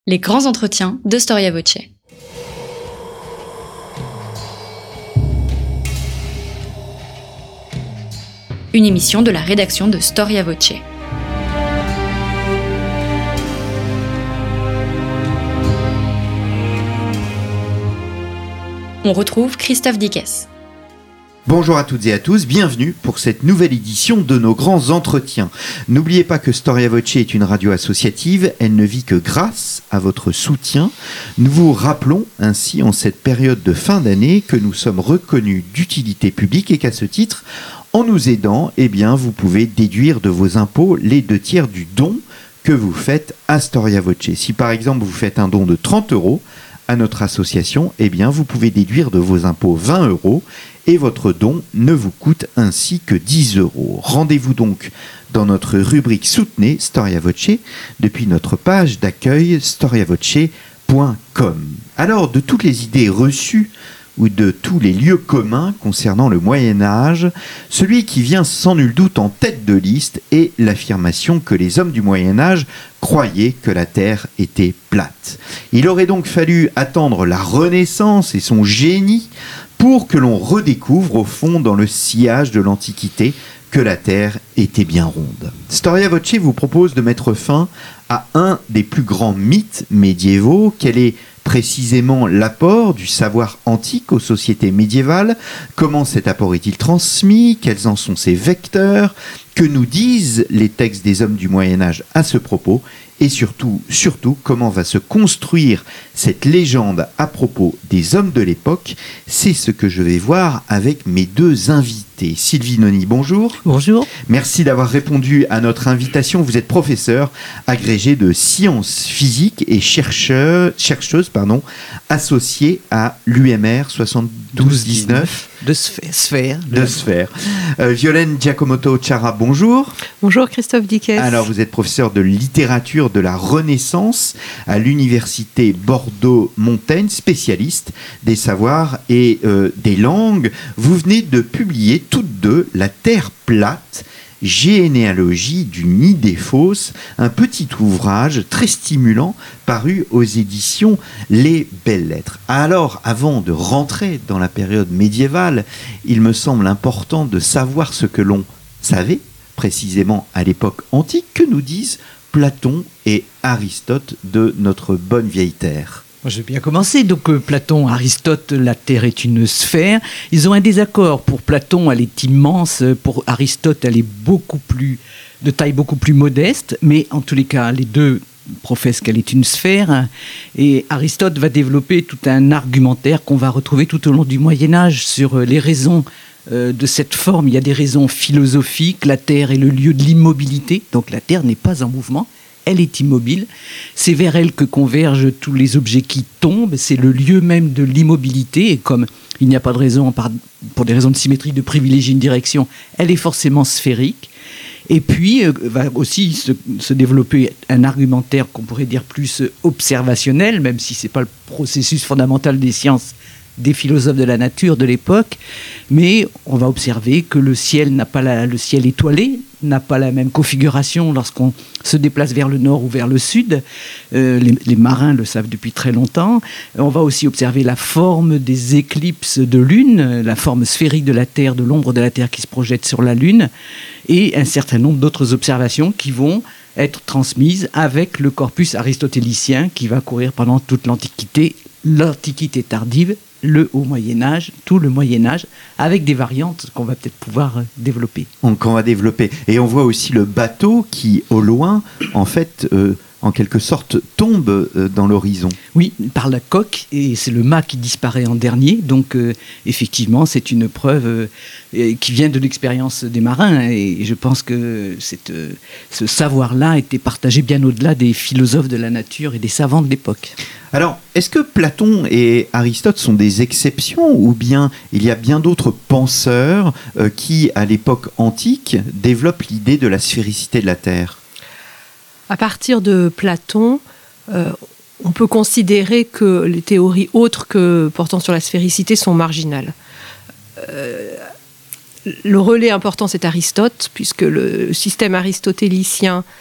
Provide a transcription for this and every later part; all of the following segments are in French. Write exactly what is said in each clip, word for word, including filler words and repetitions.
Les grands entretiens de Storia Voce. Une émission de la rédaction de Storia Voce. On retrouve Christophe Dickès. Bonjour à toutes et à tous, bienvenue pour cette nouvelle édition de nos grands entretiens. N'oubliez pas que Storia Voce est une radio associative, elle ne vit que grâce à votre soutien. Nous vous rappelons ainsi en cette période de fin d'année que nous sommes reconnus d'utilité publique et qu'à ce titre, en nous aidant, eh bien, vous pouvez déduire de vos impôts les deux tiers du don que vous faites à Storia Voce. Si par exemple vous faites un don de trente euros à notre association, eh bien, vous pouvez déduire de vos impôts vingt euros et votre don ne vous coûte ainsi que dix euros. Rendez-vous donc dans notre rubrique Soutenez Storia Voce depuis notre page d'accueil storia voce point com. Alors, de toutes les idées reçues ou de tous les lieux communs concernant le Moyen-Âge, celui qui vient sans nul doute en tête de liste est l'affirmation que les hommes du Moyen-Âge croyaient que la Terre était plate. Il aurait donc fallu attendre la Renaissance et son génie pour que l'on redécouvre au fond dans le sillage de l'Antiquité que la Terre était bien ronde. Storia Voce vous propose de mettre fin à un des plus grands mythes médiévaux. Quel est précisément l'apport du savoir antique aux sociétés médiévales? Comment cet apport est-il transmis? Quels en sont ses vecteurs? Que nous disent les textes des hommes du Moyen-Âge à ce propos? Et surtout, surtout, comment va se construire cette légende à propos des hommes de l'époque? C'est ce que je vais voir avec mes deux invités. Sylvie Noni, bonjour. Bonjour. Merci d'avoir répondu à notre invitation. Vous êtes professeur agrégé de sciences physiques et chercheur, chercheuse pardon, associée à l'U M R soixante-douze dix-neuf. De Sphère. De Sphère. Euh, Violaine Giacomotto Ciara, bonjour. Bonjour Christophe Dickès. Alors vous êtes professeur de littérature de la Renaissance à l'université Bordeaux-Montaigne, spécialiste des savoirs et euh, des langues. Vous venez de publier toutes deux La Terre plate, généalogie d'une idée fausse, un petit ouvrage très stimulant paru aux éditions Les Belles Lettres. Alors, avant de rentrer dans la période médiévale, il me semble important de savoir ce que l'on savait précisément à l'époque antique. Que nous disent Platon et Aristote de notre bonne vieille Terre? Moi, je vais bien commencer. Donc, euh, Platon, Aristote, la Terre est une sphère. Ils ont un désaccord. Pour Platon, elle est immense. Pour Aristote, elle est beaucoup plus, de taille beaucoup plus modeste. Mais en tous les cas, les deux professent qu'elle est une sphère. Et Aristote va développer tout un argumentaire qu'on va retrouver tout au long du Moyen-Âge sur les raisons euh, de cette forme. Il y a des raisons philosophiques. La Terre est le lieu de l'immobilité. Donc, la Terre n'est pas en mouvement. Elle est immobile, c'est vers elle que convergent tous les objets qui tombent, c'est le lieu même de l'immobilité, et comme il n'y a pas de raison, pour des raisons de symétrie, de privilégier une direction, elle est forcément sphérique. Et puis euh, va aussi se, se développer un argumentaire qu'on pourrait dire plus observationnel, même si ce n'est pas le processus fondamental des sciences, des philosophes de la nature de l'époque, mais on va observer que le ciel n'a pas la, le ciel étoilé n'a pas la même configuration lorsqu'on se déplace vers le nord ou vers le sud. Euh, les, les marins le savent depuis très longtemps. On va aussi observer la forme des éclipses de lune, la forme sphérique de la Terre, de l'ombre de la Terre qui se projette sur la lune, et un certain nombre d'autres observations qui vont être transmises avec le corpus aristotélicien qui va courir pendant toute l'Antiquité, l'Antiquité tardive, le Haut Moyen-Âge, tout le Moyen-Âge, avec des variantes qu'on va peut-être pouvoir développer. Donc on va développer. Et on voit aussi le bateau qui, au loin, en fait, euh, en quelque sorte, tombe euh, dans l'horizon. Oui, par la coque, et c'est le mât qui disparaît en dernier. Donc, euh, effectivement, c'est une preuve euh, qui vient de l'expérience des marins. Et je pense que cette, euh, ce savoir-là était partagé bien au-delà des philosophes de la nature et des savants de l'époque. Alors, est-ce que Platon et Aristote sont des exceptions ou bien il y a bien d'autres penseurs euh, qui, à l'époque antique, développent l'idée de la sphéricité de la Terre? À partir de Platon, euh, on peut considérer que les théories autres que portant sur la sphéricité sont marginales. Euh, le relais important, c'est Aristote, puisque le système aristotélicien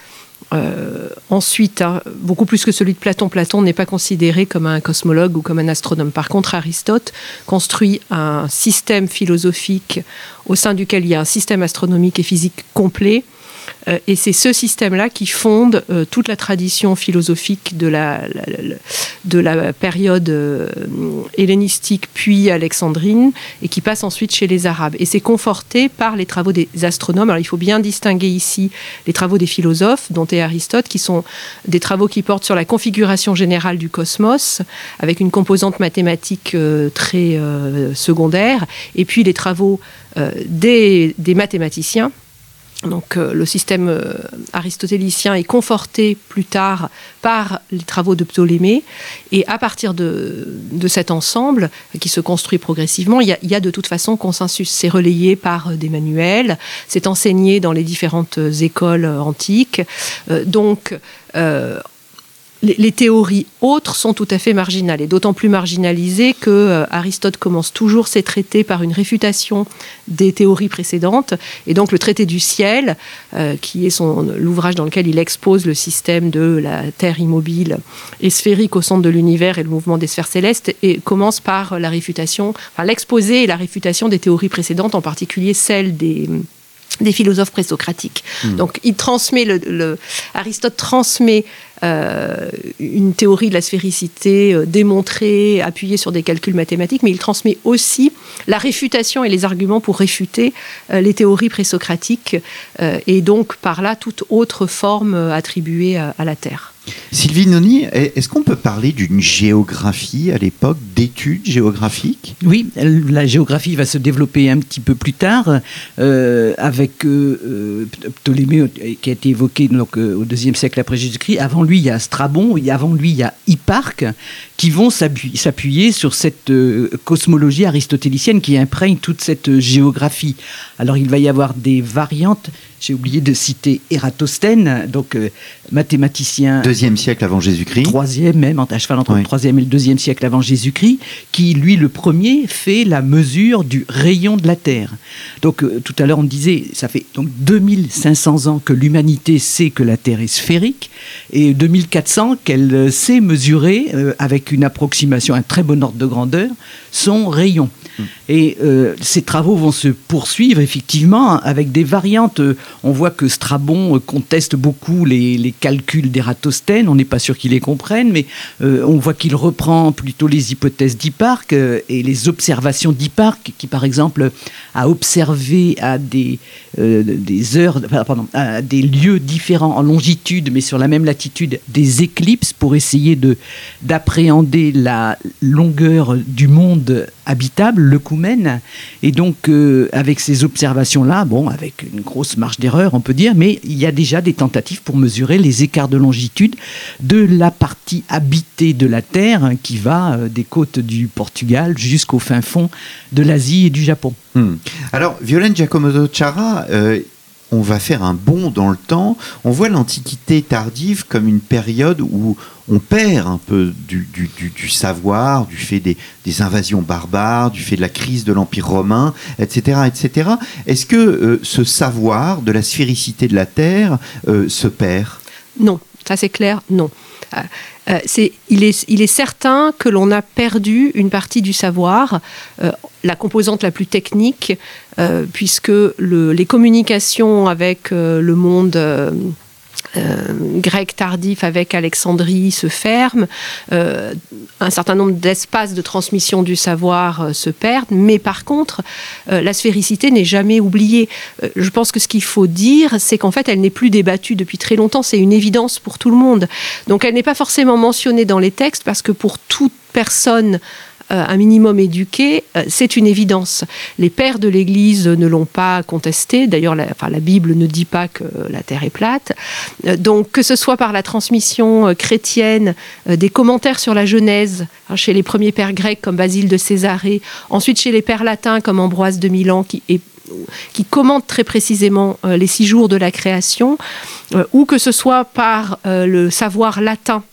Euh, ensuite, hein, beaucoup plus que celui de Platon, Platon n'est pas considéré comme un cosmologue ou comme un astronome. Par contre, Aristote construit un système philosophique au sein duquel il y a un système astronomique et physique complet. Euh, et c'est ce système-là qui fonde euh, toute la tradition philosophique de la, la, la, de la période euh, hellénistique puis alexandrine et qui passe ensuite chez les Arabes. Et c'est conforté par les travaux des astronomes. Alors il faut bien distinguer ici les travaux des philosophes, dont est Aristote, qui sont des travaux qui portent sur la configuration générale du cosmos, avec une composante mathématique euh, très euh, secondaire, et puis les travaux euh, des, des mathématiciens. Donc euh, le système euh, aristotélicien est conforté plus tard par les travaux de Ptolémée, et à partir de, de cet ensemble qui se construit progressivement, il y a, il y a de toute façon consensus. C'est relayé par euh, des manuels, c'est enseigné dans les différentes euh, écoles euh, antiques. Euh, donc euh, Les, les théories autres sont tout à fait marginales, et d'autant plus marginalisées que euh, Aristote commence toujours ses traités par une réfutation des théories précédentes. Et donc le traité du ciel, euh, qui est son, l'ouvrage dans lequel il expose le système de la Terre immobile et sphérique au centre de l'univers et le mouvement des sphères célestes, et commence par la réfutation, enfin l'exposé et la réfutation des théories précédentes, en particulier celle des... des philosophes présocratiques. Mmh. Donc, il transmet le, le, Aristote transmet euh, une théorie de la sphéricité euh, démontrée, appuyée sur des calculs mathématiques, mais il transmet aussi la réfutation et les arguments pour réfuter euh, les théories présocratiques, euh, et donc, par là, toute autre forme euh, attribuée à, à la Terre. Sylvie Noni, est-ce qu'on peut parler d'une géographie à l'époque, d'études géographiques ? Oui, la géographie va se développer un petit peu plus tard, euh, avec euh, Ptolémée, qui a été évoqué donc, euh, au deuxième siècle après Jésus-Christ. Avant lui, il y a Strabon, et avant lui, il y a Hipparque, qui vont s'appuyer, s'appuyer sur cette euh, cosmologie aristotélicienne qui imprègne toute cette géographie. Alors, il va y avoir des variantes. J'ai oublié de citer Ératosthène, donc euh, mathématicien... Deuxième siècle avant Jésus-Christ. Troisième même, à cheval entre oui. le troisième et le deuxième siècle avant Jésus-Christ, qui, lui, le premier, fait la mesure du rayon de la Terre. Donc, euh, tout à l'heure, on disait, ça fait donc deux mille cinq cents ans que l'humanité sait que la Terre est sphérique, et deux mille quatre cents qu'elle sait mesurer, euh, avec une approximation, un très bon ordre de grandeur, son rayon. Mmh. Et euh, ces travaux vont se poursuivre, effectivement, avec des variantes. On voit que Strabon conteste beaucoup les, les calculs d'Ératosthène, on n'est pas sûr qu'il les comprenne, mais euh, on voit qu'il reprend plutôt les hypothèses d'Hipparque euh, et les observations d'Hipparque, qui par exemple a observé à des, euh, des heures, pardon, à des lieux différents en longitude, mais sur la même latitude, des éclipses pour essayer de, d'appréhender la longueur du monde habitable, l'œcumène. Et donc, euh, avec ces observations-là, bon, avec une grosse marge d'erreur, on peut dire, mais il y a déjà des tentatives pour mesurer les écarts de longitude de la partie habitée de la Terre, hein, qui va euh, des côtes du Portugal jusqu'au fin fond de l'Asie et du Japon. Hmm. Alors, Violaine Giacomoto Ciara, euh, on va faire un bond dans le temps. On voit l'Antiquité tardive comme une période où on perd un peu du, du, du, du savoir, du fait des, des invasions barbares, du fait de la crise de l'Empire romain, et cetera, et cetera. Est-ce que euh, ce savoir de la sphéricité de la Terre euh, se perd ? Non, ça c'est clair, non. Euh, euh, c'est, il, est, il est certain que l'on a perdu une partie du savoir, euh, la composante la plus technique, euh, puisque le, les communications avec euh, le monde euh, euh, grec tardif, avec Alexandrie, se ferment. Euh, un certain nombre d'espaces de transmission du savoir euh, se perdent, mais par contre, euh, la sphéricité n'est jamais oubliée. Euh, je pense que ce qu'il faut dire, c'est qu'en fait, elle n'est plus débattue depuis très longtemps. C'est une évidence pour tout le monde. Donc, elle n'est pas forcément mentionnée dans les textes, parce que pour toute personne un minimum éduqué, c'est une évidence. Les pères de l'Église ne l'ont pas contesté. D'ailleurs, la, enfin, la Bible ne dit pas que la Terre est plate. Donc, que ce soit par la transmission chrétienne, des commentaires sur la Genèse, hein, chez les premiers pères grecs comme Basile de Césarée, ensuite chez les pères latins comme Ambroise de Milan, qui est qui commente très précisément euh, les six jours de la création, euh, ou que ce soit par euh, le savoir latin,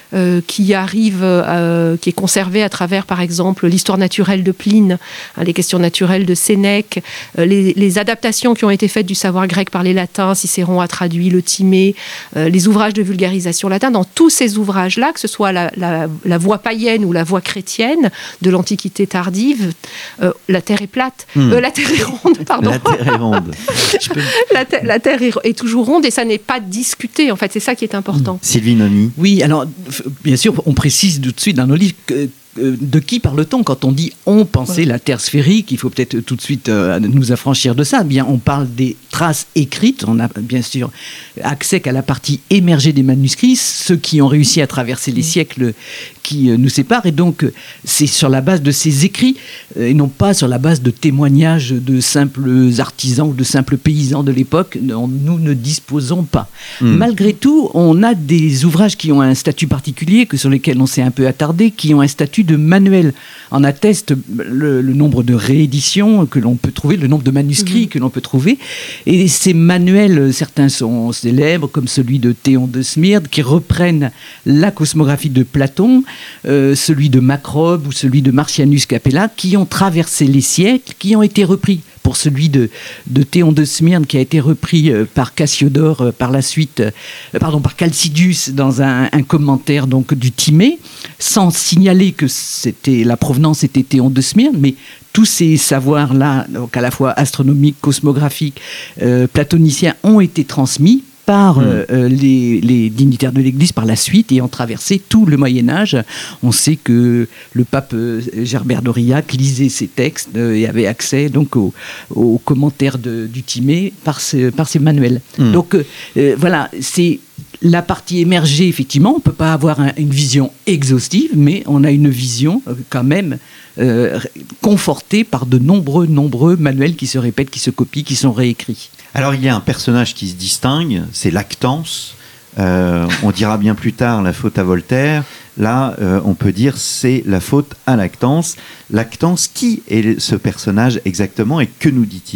euh, qui arrive, euh, qui est conservé à travers, par exemple, l'histoire naturelle de Pline, hein, les questions naturelles de Sénèque, euh, les, les adaptations qui ont été faites du savoir grec par les latins. Cicéron a traduit le Timée, euh, les ouvrages de vulgarisation latin. Dans tous ces ouvrages-là, que ce soit la, la, la voie païenne ou la voie chrétienne de l'Antiquité tardive, euh, la terre est plate, mmh. euh, la terre est ronde, pardon. La terre est ronde. peux... la, ter- la terre est, est toujours ronde et ça n'est pas discuté. En fait, c'est ça qui est important. Mmh. Sylvie Noni. Oui, alors bien sûr, on précise tout de suite dans nos livres que de qui parle-t-on quand on dit on pensait ouais. la Terre sphérique? Il faut peut-être tout de suite euh, nous affranchir de ça. Bien, on parle des traces écrites. On a bien sûr accès qu'à la partie émergée des manuscrits, ceux qui ont réussi à traverser les siècles qui euh, nous séparent. Et donc, euh, c'est sur la base de ces écrits euh, et non pas sur la base de témoignages de simples artisans ou de simples paysans de l'époque dont nous ne disposons pas. Mmh. Malgré tout, on a des ouvrages qui ont un statut particulier, que sur lesquels on s'est un peu attardé, qui ont un statut de manuel. En atteste le, le nombre de rééditions que l'on peut trouver, le nombre de manuscrits mmh. que l'on peut trouver. Et ces manuels, certains sont célèbres, comme celui de Théon de Smyrne, qui reprennent la cosmographie de Platon, euh, celui de Macrobe ou celui de Marcianus Capella, qui ont traversé les siècles, qui ont été repris. Pour celui de, de Théon de Smyrne, qui a été repris euh, par Cassiodore euh, par la suite, euh, pardon, par Chalcidius dans un, un commentaire donc, du Timée, sans signaler que c'était, la provenance était Théon de Smyrne, mais tous ces savoirs-là, donc à la fois astronomiques, cosmographiques, euh, platoniciens, ont été transmis par euh, euh, les, les dignitaires de l'Église par la suite et ont traversé tout le Moyen-Âge. On sait que le pape euh, Gerbert d'Aurillac lisait ces textes euh, et avait accès donc aux, aux commentaires de, du Timée par, ce, par ces manuels. Mmh. Donc euh, voilà, c'est la partie émergée, effectivement. On ne peut pas avoir un, une vision exhaustive, mais on a une vision euh, quand même euh, confortée par de nombreux, nombreux manuels qui se répètent, qui se copient, qui sont réécrits. Alors il y a un personnage qui se distingue, c'est Lactance. Euh, on dira bien plus tard la faute à Voltaire. Là, euh, on peut dire c'est la faute à Lactance. Lactance, qui est ce personnage exactement et que nous dit-il ?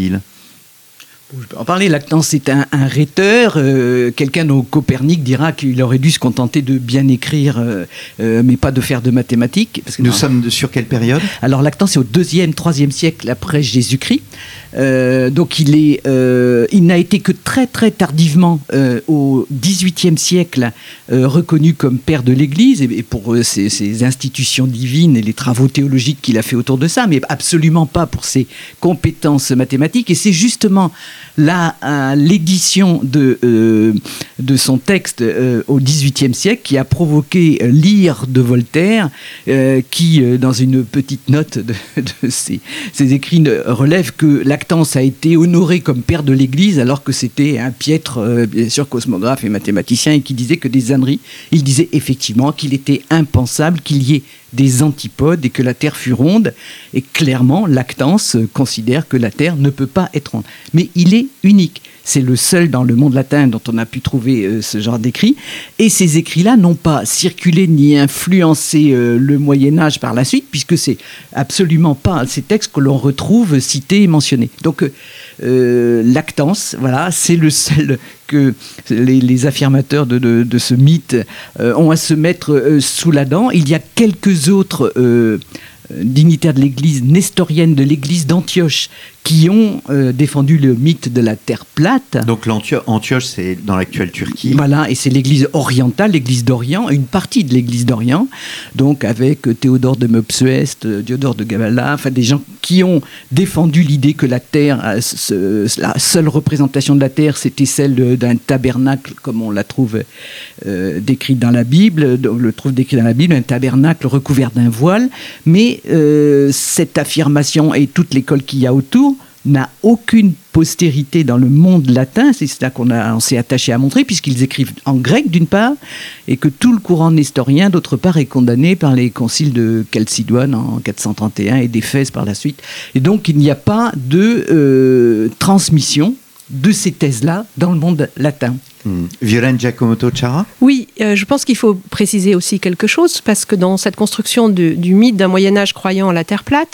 Je peux en parler. Lactance est un, un rhéteur. Euh, quelqu'un au Copernic dira qu'il aurait dû se contenter de bien écrire, euh, euh, mais pas de faire de mathématiques. Parce que Nous non. sommes sur quelle période ? Alors Lactance est au deuxième, troisième siècle après Jésus-Christ. Euh, donc il est, euh, il n'a été que très très tardivement euh, au dix-huitième siècle euh, reconnu comme père de l'Église et, et pour euh, ses, ses institutions divines et les travaux théologiques qu'il a fait autour de ça, mais absolument pas pour ses compétences mathématiques. Et c'est justement là euh, l'édition de euh, de son texte euh, au dix-huitième siècle qui a provoqué euh, l'ire de Voltaire, euh, qui euh, dans une petite note de, de ses, ses écrits relève que Lactance a été honoré comme père de l'Église alors que c'était un piètre, euh, bien sûr, cosmographe et mathématicien et qui disait que des âneries. Il disait effectivement qu'il était impensable qu'il y ait des antipodes et que la Terre fût ronde. Et clairement, Lactance considère que la Terre ne peut pas être ronde. Mais il est unique. C'est le seul dans le monde latin dont on a pu trouver euh, ce genre d'écrits. Et ces écrits-là n'ont pas circulé ni influencé euh, le Moyen-Âge par la suite, puisque c'est absolument pas ces textes que l'on retrouve cités et mentionnés. Donc, euh, Lactance, voilà, c'est le seul que les, les affirmateurs de, de, de ce mythe euh, ont à se mettre euh, sous la dent. Il y a quelques autres euh, dignitaires de l'Église nestorienne de l'Église d'Antioche qui ont euh, défendu le mythe de la Terre plate. Donc l'Antioche, c'est dans l'actuelle Turquie. Voilà, et c'est l'Église orientale, l'Église d'Orient, une partie de l'Église d'Orient, donc avec Théodore de Mopsueste, Diodore de Gabala, enfin des gens qui ont défendu l'idée que la Terre, ce, la seule représentation de la Terre, c'était celle d'un tabernacle, comme on la trouve euh, décrite dans la Bible, on le trouve décrit dans la Bible, un tabernacle recouvert d'un voile, mais euh, cette affirmation et toute l'école qu'il y a autour n'a aucune postérité dans le monde latin, c'est ça qu'on a, on s'est attaché à montrer, puisqu'ils écrivent en grec d'une part, et que tout le courant nestorien d'autre part est condamné par les conciles de Chalcédoine en quatre cent trente et un et d'Éphèse par la suite. Et donc il n'y a pas de euh, transmission de ces thèses-là dans le monde latin. Mmh. Violaine Giacomotto Ciara ? Oui, euh, je pense qu'il faut préciser aussi quelque chose, parce que dans cette construction de, du mythe d'un Moyen-Âge croyant à la Terre plate,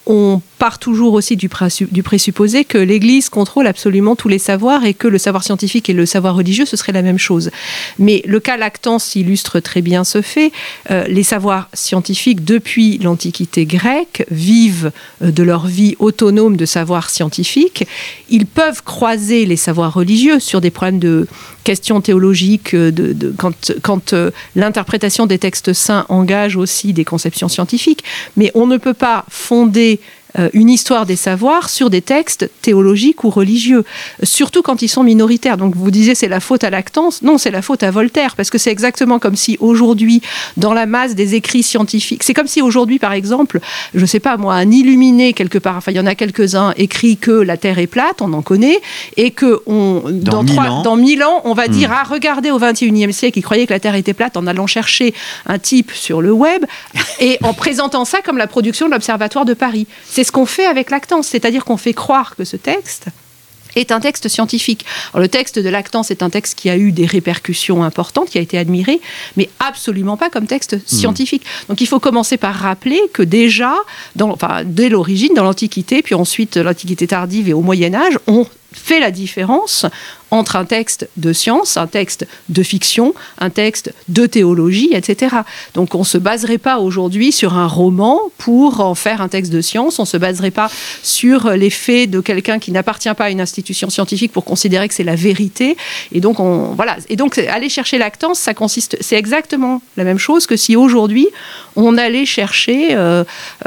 on part toujours aussi du, du présupposé que l'Église contrôle absolument tous les savoirs et que le savoir scientifique et le savoir religieux, ce serait la même chose. Mais le cas Lactance illustre très bien ce fait. Euh, les savoirs scientifiques, depuis l'Antiquité grecque, vivent de leur vie autonome de savoir scientifique. Ils peuvent croiser les savoirs religieux sur des problèmes de questions théologiques, de, de, quand, quand euh, l'interprétation des textes saints engage aussi des conceptions scientifiques. Mais on ne peut pas fonder une histoire des savoirs sur des textes théologiques ou religieux, surtout quand ils sont minoritaires. Donc vous disiez c'est la faute à Lactance, non, c'est la faute à Voltaire, parce que c'est exactement comme si aujourd'hui, dans la masse des écrits scientifiques, c'est comme si aujourd'hui, par exemple, je ne sais pas moi, un illuminé quelque part, enfin il y en a quelques-uns, écrit que la Terre est plate, on en connaît, et que on, dans, dans, trois, dans mille ans, on va mmh. dire, ah regardez, au vingt et unième siècle, ils croyaient que la Terre était plate en allant chercher un type sur le web, et en présentant ça comme la production de l'Observatoire de Paris. C'est ce qu'on fait avec Lactance, c'est-à-dire qu'on fait croire que ce texte est un texte scientifique. Alors, le texte de Lactance est un texte qui a eu des répercussions importantes, qui a été admiré, mais absolument pas comme texte scientifique. Mmh. Donc il faut commencer par rappeler que déjà, dans, enfin, dès l'origine, dans l'Antiquité, puis ensuite l'Antiquité tardive et au Moyen-Âge, on fait la différence entre un texte de science, un texte de fiction, un texte de théologie, et cetera. Donc on ne se baserait pas aujourd'hui sur un roman pour en faire un texte de science, on ne se baserait pas sur les faits de quelqu'un qui n'appartient pas à une institution scientifique pour considérer que c'est la vérité. Et donc, on, voilà. Et donc aller chercher Lactance, ça consiste, c'est exactement la même chose que si aujourd'hui on allait chercher euh,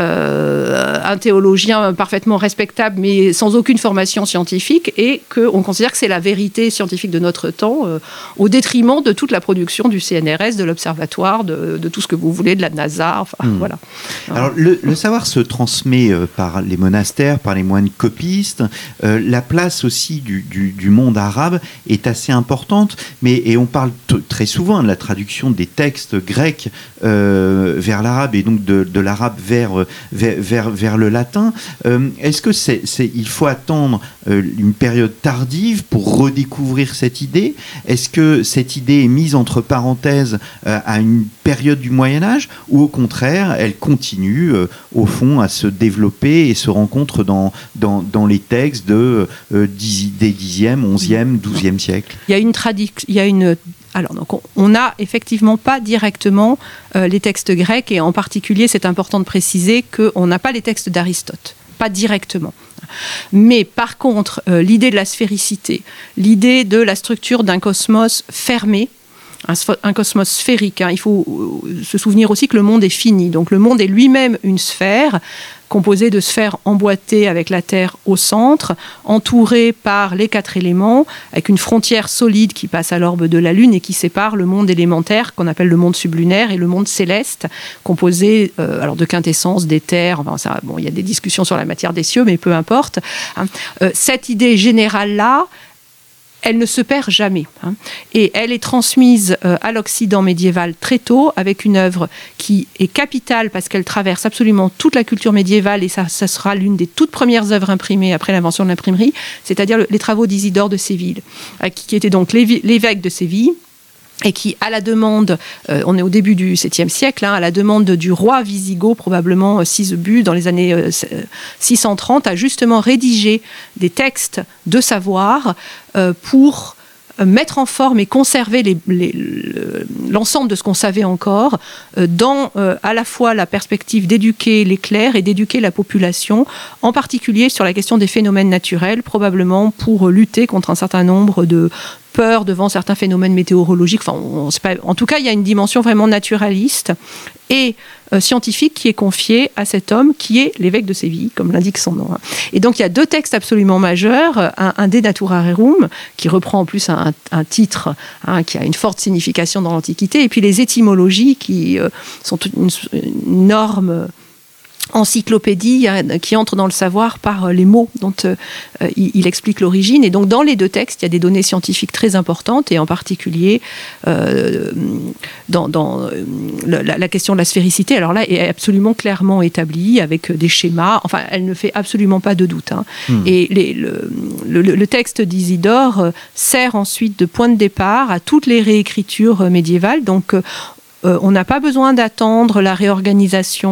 euh, un théologien parfaitement respectable mais sans aucune formation scientifique et qu'on considère que c'est la vérité scientifique de notre temps, euh, au détriment de toute la production du C N R S, de l'Observatoire, de, de tout ce que vous voulez, de la NASA, enfin mmh. voilà. Alors le, le savoir se transmet euh, par les monastères, par les moines copistes. Euh, la place aussi du, du, du monde arabe est assez importante, mais et on parle t- très souvent de la traduction des textes grecs euh, vers l'arabe et donc de, de l'arabe vers, vers, vers, vers le latin. Euh, est-ce que c'est, c'est, il faut attendre euh, une période tardive pour redécouvrir cette idée? Est-ce que cette idée est mise entre parenthèses euh, à une période du Moyen-Âge ou au contraire, elle continue euh, au fond à se développer et se rencontre dans, dans, dans les textes de, euh, dix, des dixième, onzième, douzième siècle? Il y a une traduction, il y a une Alors, donc, on n'a effectivement pas directement euh, les textes grecs, et en particulier, c'est important de préciser qu'on n'a pas les textes d'Aristote, pas directement. Mais par contre, euh, l'idée de la sphéricité, l'idée de la structure d'un cosmos fermé, un, un cosmos sphérique, hein, il faut se souvenir aussi que le monde est fini, donc le monde est lui-même une sphère, composée de sphères emboîtées avec la Terre au centre, entourée par les quatre éléments, avec une frontière solide qui passe à l'orbe de la Lune et qui sépare le monde élémentaire, qu'on appelle le monde sublunaire, et le monde céleste, composé euh, alors de quintessence, d'éther, enfin, ça, bon, il y a des discussions sur la matière des cieux, mais peu importe. Hein. Euh, cette idée générale-là, elle ne se perd jamais. Hein. Et elle est transmise euh, à l'Occident médiéval très tôt, avec une œuvre qui est capitale parce qu'elle traverse absolument toute la culture médiévale, et ça, ça sera l'une des toutes premières œuvres imprimées après l'invention de l'imprimerie, c'est-à-dire le, les travaux d'Isidore de Séville, euh, qui, qui était donc l'évi- l'évêque de Séville, et qui, à la demande, euh, on est au début du septième siècle, hein, à la demande du roi wisigoth, probablement euh, Sisebu, dans les années euh, six cent trente, a justement rédigé des textes de savoir euh, pour mettre en forme et conserver les, les, l'ensemble de ce qu'on savait encore euh, dans euh, à la fois la perspective d'éduquer les clercs et d'éduquer la population, en particulier sur la question des phénomènes naturels, probablement pour lutter contre un certain nombre de peurs devant certains phénomènes météorologiques. Enfin, on, c'est pas, en tout cas, il y a une dimension vraiment naturaliste et euh, scientifique qui est confiée à cet homme qui est l'évêque de Séville, comme l'indique son nom. Et donc, il y a deux textes absolument majeurs. Un, un De Natura Rerum, qui reprend en plus un, un titre hein, qui a une forte signification dans l'Antiquité, et puis les étymologies qui euh, sont une, une norme encyclopédie qui entre dans le savoir par les mots dont euh, il, il explique l'origine. Et donc dans les deux textes, il y a des données scientifiques très importantes, et en particulier euh, dans, dans euh, la, la question de la sphéricité, alors là, est absolument clairement établie avec des schémas. Enfin, elle ne fait absolument pas de doute. Hein. Mmh. Et les, le, le, le texte d'Isidore euh, sert ensuite de point de départ à toutes les réécritures médiévales. Donc euh, on n'a pas besoin d'attendre la réorganisation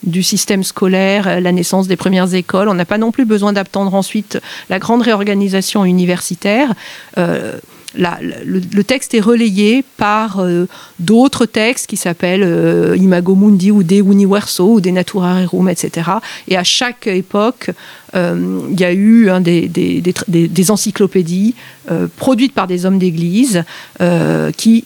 du système scolaire, la naissance des premières écoles. On n'a pas non plus besoin d'attendre ensuite la grande réorganisation universitaire. Euh, La, le, le texte est relayé par euh, d'autres textes qui s'appellent euh, Imago Mundi ou De Universo ou De Natura Rerum, et cetera. Et à chaque époque, euh, il y a eu hein, des, des, des, des encyclopédies euh, produites par des hommes d'église euh, qui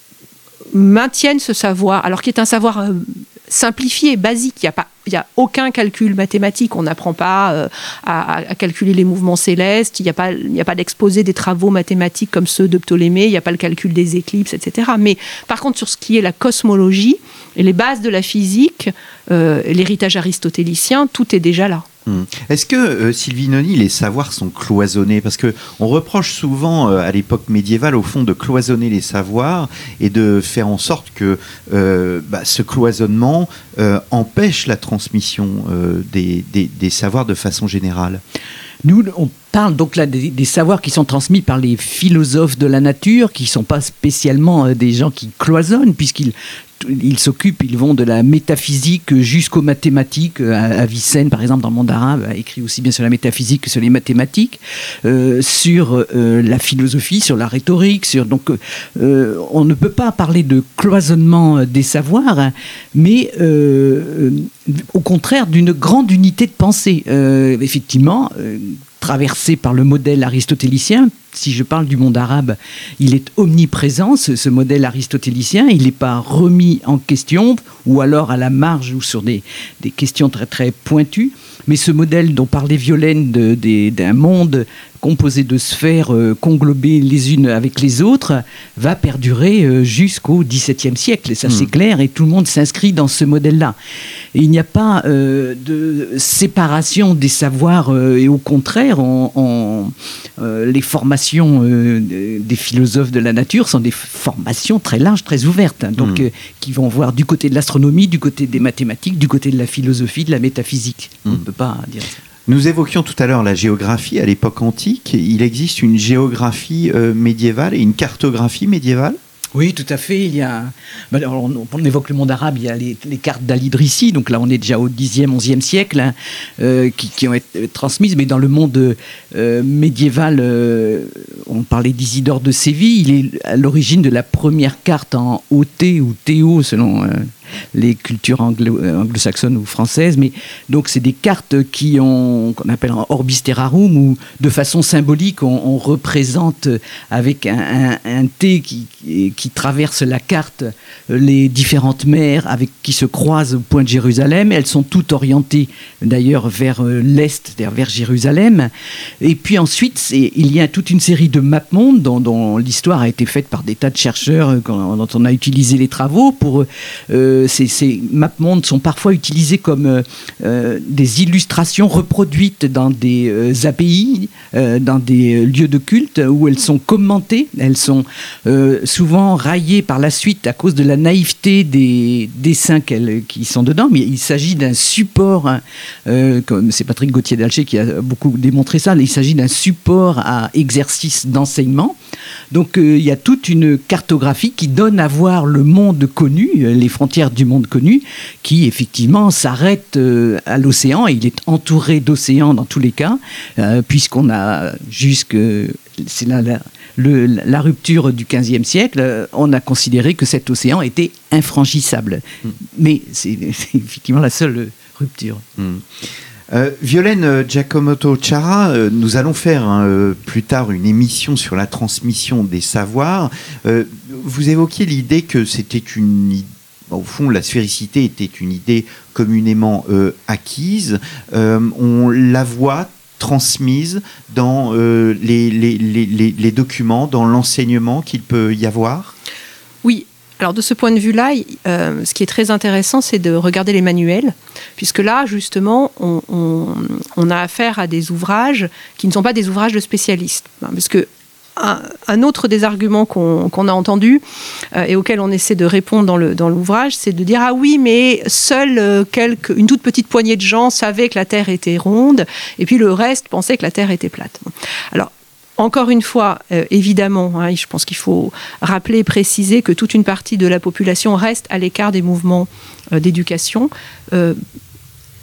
maintiennent ce savoir, alors qui est un savoir euh, simplifié, basique. Il n'y a pas Il n'y a aucun calcul mathématique. On n'apprend pas euh, à, à calculer les mouvements célestes. Il n'y a pas, il n'y a pas d'exposé des travaux mathématiques comme ceux de Ptolémée. Il n'y a pas le calcul des éclipses, et cetera. Mais par contre, sur ce qui est la cosmologie et les bases de la physique, euh, l'héritage aristotélicien, tout est déjà là. Est-ce que, euh, Sylvie Noni, les savoirs sont cloisonnés? Parce qu'on reproche souvent euh, à l'époque médiévale, au fond, de cloisonner les savoirs et de faire en sorte que euh, bah, ce cloisonnement euh, empêche la transmission euh, des, des, des savoirs de façon générale. Nous, on parle donc là des, des savoirs qui sont transmis par les philosophes de la nature, qui ne sont pas spécialement des gens qui cloisonnent, puisqu'ils ils s'occupent, ils vont de la métaphysique jusqu'aux mathématiques. Avicenne, par exemple, dans le monde arabe, a écrit aussi bien sur la métaphysique que sur les mathématiques, euh, sur euh, la philosophie, sur la rhétorique. Sur, donc, euh, on ne peut pas parler de cloisonnement des savoirs, mais euh, au contraire d'une grande unité de pensée. Euh, effectivement, euh, traversé par le modèle aristotélicien. Si je parle du monde arabe, il est omniprésent, ce, ce modèle aristotélicien. Il n'est pas remis en question, ou alors à la marge, ou sur des, des questions très, très pointues. Mais ce modèle dont parlait Violaine de, de, d'un monde composé de sphères euh, conglobées les unes avec les autres, va perdurer euh, jusqu'au dix-septième siècle. Ça, mmh. c'est clair, et tout le monde s'inscrit dans ce modèle-là. Et il n'y a pas euh, de séparation des savoirs, euh, et au contraire, on, on, euh, les formations euh, des philosophes de la nature sont des formations très larges, très ouvertes, hein, donc, mmh. euh, qui vont voir du côté de l'astronomie, du côté des mathématiques, du côté de la philosophie, de la métaphysique. Mmh. On ne peut pas dire ça. Nous évoquions tout à l'heure la géographie à l'époque antique. Il existe une géographie euh, médiévale et une cartographie médiévale? Oui, tout à fait. Il y a, alors on, on évoque le monde arabe, il y a les, les cartes d'Al-Idrissi, donc là on est déjà au dixième, onzième siècle, hein, euh, qui, qui ont été transmises, mais dans le monde euh, médiéval, euh, on parlait d'Isidore de Séville, il est à l'origine de la première carte en O T ou T O selon... Euh, les cultures anglo- anglo-saxonnes ou françaises, mais donc c'est des cartes qui ont, qu'on appelle en orbis terrarum, où de façon symbolique on, on représente avec un, un, un T qui, qui, qui traverse la carte les différentes mers avec, qui se croisent au point de Jérusalem. Elles sont toutes orientées d'ailleurs vers l'est, c'est-à-dire vers Jérusalem. Et puis ensuite, c'est, il y a toute une série de mapmondes dont, dont l'histoire a été faite par des tas de chercheurs dont on a utilisé les travaux pour... Euh, Ces, ces mapmondes sont parfois utilisés comme euh, des illustrations reproduites dans des euh, abbayes, euh, dans des lieux de culte où elles sont commentées. Elles sont euh, souvent raillées par la suite à cause de la naïveté des dessins qu'elles, qui sont dedans. Mais il s'agit d'un support, hein, euh, comme c'est Patrick Gauthier-Dalcher qui a beaucoup démontré ça, il s'agit d'un support à exercice d'enseignement. Donc euh, il y a toute une cartographie qui donne à voir le monde connu, les frontières du monde connu, qui effectivement s'arrête euh, à l'océan, et il est entouré d'océans dans tous les cas, euh, puisqu'on a jusque... C'est là la, le, la rupture du quinzième siècle, euh, on a considéré que cet océan était infranchissable. Mmh. Mais c'est, c'est effectivement la seule rupture. Mmh. Euh, Violaine Giacomotto-Ciara, euh, nous allons faire hein, euh, plus tard une émission sur la transmission des savoirs. Euh, vous évoquiez l'idée que c'était une idée, au fond, la sphéricité était une idée communément euh, acquise. Euh, on la voit transmise dans euh, les, les, les, les, les documents, dans l'enseignement qu'il peut y avoir? Oui. Alors de ce point de vue-là, euh, ce qui est très intéressant, c'est de regarder les manuels, puisque là, justement, on, on, on a affaire à des ouvrages qui ne sont pas des ouvrages de spécialistes. Parce que un, un autre des arguments qu'on, qu'on a entendus euh, et auxquels on essaie de répondre dans, le, dans l'ouvrage, c'est de dire « Ah oui, mais seule euh, quelques, une toute petite poignée de gens savaient que la Terre était ronde, et puis le reste pensait que la Terre était plate. » Alors, encore une fois, euh, évidemment, hein, je pense qu'il faut rappeler et préciser que toute une partie de la population reste à l'écart des mouvements euh, d'éducation. Euh,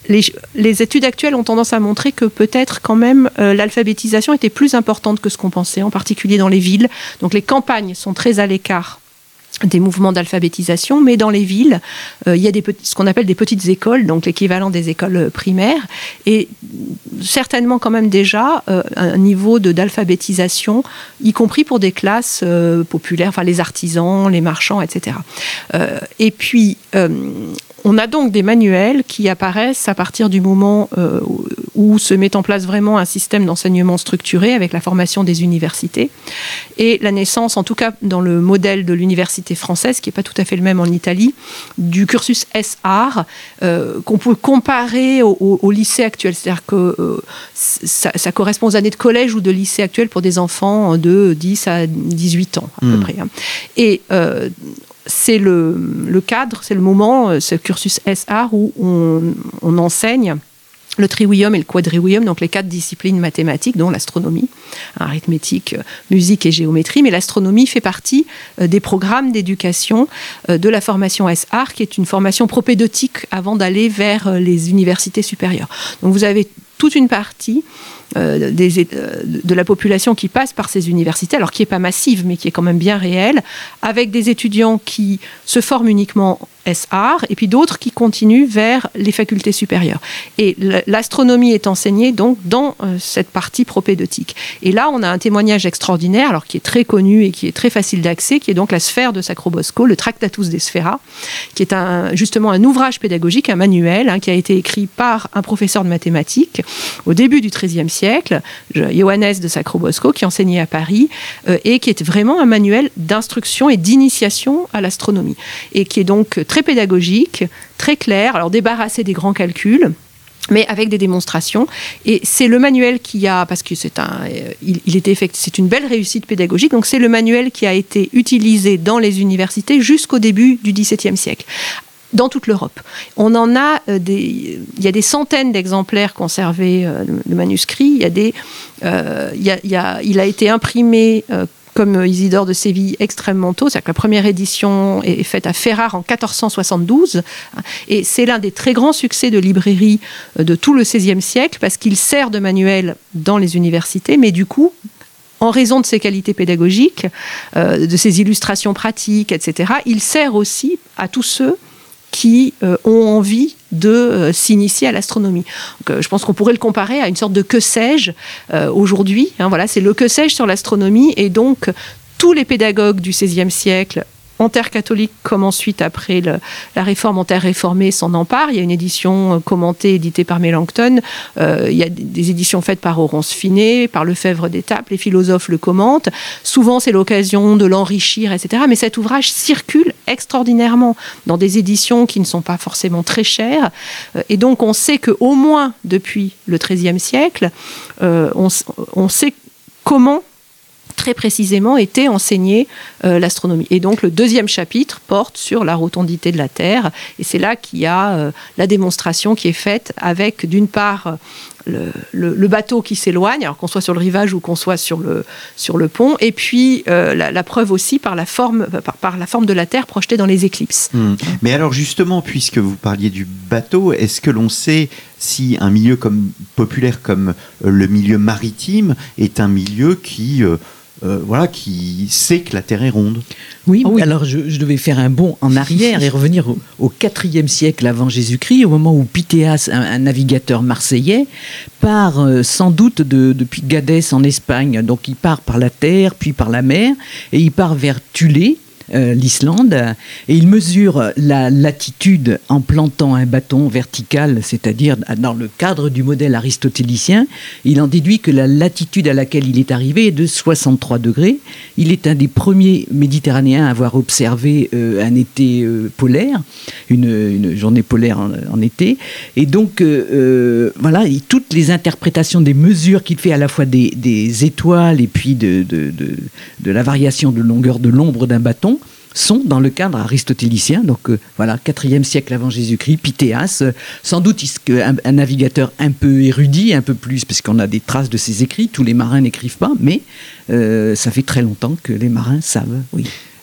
les, les études actuelles ont tendance à montrer que peut-être quand même euh, l'alphabétisation était plus importante que ce qu'on pensait, en particulier dans les villes. Donc les campagnes sont très à l'écart des mouvements d'alphabétisation, mais dans les villes, euh, il y a des petits, ce qu'on appelle des petites écoles, donc l'équivalent des écoles primaires, et certainement quand même déjà euh, un niveau de, d'alphabétisation, y compris pour des classes euh, populaires, enfin les artisans, les marchands, et cetera. Euh, et puis, euh, on a donc des manuels qui apparaissent à partir du moment euh, où se met en place vraiment un système d'enseignement structuré avec la formation des universités et la naissance, en tout cas dans le modèle de l'université française, qui n'est pas tout à fait le même en Italie, du cursus S R euh, qu'on peut comparer au, au, au lycée actuel. C'est-à-dire que euh, ça, ça correspond aux années de collège ou de lycée actuel pour des enfants de dix à dix-huit ans à mmh. peu près. Hein. Et euh, c'est le, le cadre, c'est le moment, ce cursus S R où on, on enseigne le triwium et le quadriwium, donc les quatre disciplines mathématiques, dont l'astronomie, arithmétique, musique et géométrie. Mais l'astronomie fait partie des programmes d'éducation de la formation S R, qui est une formation propédeutique avant d'aller vers les universités supérieures. Donc vous avez toute une partie euh, des, euh, de la population qui passe par ces universités, alors qui n'est pas massive, mais qui est quand même bien réelle, avec des étudiants qui se forment uniquement S R, et puis d'autres qui continuent vers les facultés supérieures. Et l'astronomie est enseignée donc dans euh, cette partie propédeutique. Et là, on a un témoignage extraordinaire, alors qui est très connu et qui est très facile d'accès, qui est donc la sphère de Sacrobosco, le Tractatus de Sphera, qui est un, justement un ouvrage pédagogique, un manuel, hein, qui a été écrit par un professeur de mathématiques au début du treizième siècle, Johannes de Sacrobosco, qui enseignait à Paris, euh, et qui est vraiment un manuel d'instruction et d'initiation à l'astronomie, et qui est donc très pédagogique, très clair, alors débarrassé des grands calculs, mais avec des démonstrations. Et c'est le manuel qui a, parce que c'est un, il, il était effectif, c'est une belle réussite pédagogique, donc c'est le manuel qui a été utilisé dans les universités jusqu'au début du dix-septième siècle. Dans toute l'Europe. On en a euh, des, il y a des centaines d'exemplaires conservés euh, de manuscrits. Il y a des, euh, il y a, il y a, il a été imprimé euh, comme Isidore de Séville extrêmement tôt. C'est-à-dire que la première édition est faite à Ferrare en quatorze cent soixante-douze. Et c'est l'un des très grands succès de librairie de tout le seizième siècle parce qu'il sert de manuel dans les universités, mais du coup, en raison de ses qualités pédagogiques, euh, de ses illustrations pratiques, et cetera, il sert aussi à tous ceux qui euh, ont envie de euh, s'initier à l'astronomie. Donc, euh, je pense qu'on pourrait le comparer à une sorte de que sais-je euh, aujourd'hui. Hein, voilà, c'est le que sais-je sur l'astronomie. Et donc, tous les pédagogues du seizième siècle, en terre catholique comme ensuite après le, la réforme en terre réformée, s'en emparent. Il y a une édition commentée, éditée par Melanchthon. Euh, il y a des éditions faites par Oronce Finet, par Lefebvre d'Étaples. Les philosophes le commentent. Souvent, c'est l'occasion de l'enrichir, et cetera. Mais cet ouvrage circule extraordinairement dans des éditions qui ne sont pas forcément très chères. Et donc, on sait qu'au moins depuis le treizième siècle, euh, on, on sait comment très précisément était enseignée euh, l'astronomie. Et donc le deuxième chapitre porte sur la rotondité de la Terre, et c'est là qu'il y a euh, la démonstration qui est faite avec d'une part le, le, le bateau qui s'éloigne, alors qu'on soit sur le rivage ou qu'on soit sur le, sur le pont, et puis euh, la, la preuve aussi par la, forme, par, par la forme de la Terre projetée dans les éclipses. Mmh. Mais alors justement, puisque vous parliez du bateau, est-ce que l'on sait si un milieu comme, populaire comme le milieu maritime est un milieu qui... Euh, Euh, voilà, qui sait que la Terre est ronde. Oui, oh oui. Alors je, je devais faire un bond en arrière et revenir au, au quatrième siècle avant Jésus-Christ, au moment où Pythéas, un, un navigateur marseillais, part euh, sans doute de, depuis Gadès en Espagne. Donc il part par la terre, puis par la mer, et il part vers Thulé, Euh, l'Islande, et il mesure la latitude en plantant un bâton vertical, c'est-à-dire dans le cadre du modèle aristotélicien. Il en déduit que la latitude à laquelle il est arrivé est de soixante-trois degrés. Il est un des premiers Méditerranéens à avoir observé euh, un été euh, polaire, une, une journée polaire en, en été. Et donc, euh, euh, voilà, et toutes les interprétations des mesures qu'il fait à la fois des, des étoiles et puis de, de, de, de la variation de longueur de l'ombre d'un bâton sont dans le cadre aristotélicien. Donc euh, voilà, quatrième siècle avant Jésus-Christ, Pythéas, euh, sans doute un, un navigateur un peu érudit, un peu plus, parce qu'on a des traces de ses écrits, tous les marins n'écrivent pas, mais euh, ça fait très longtemps que les marins savent, oui.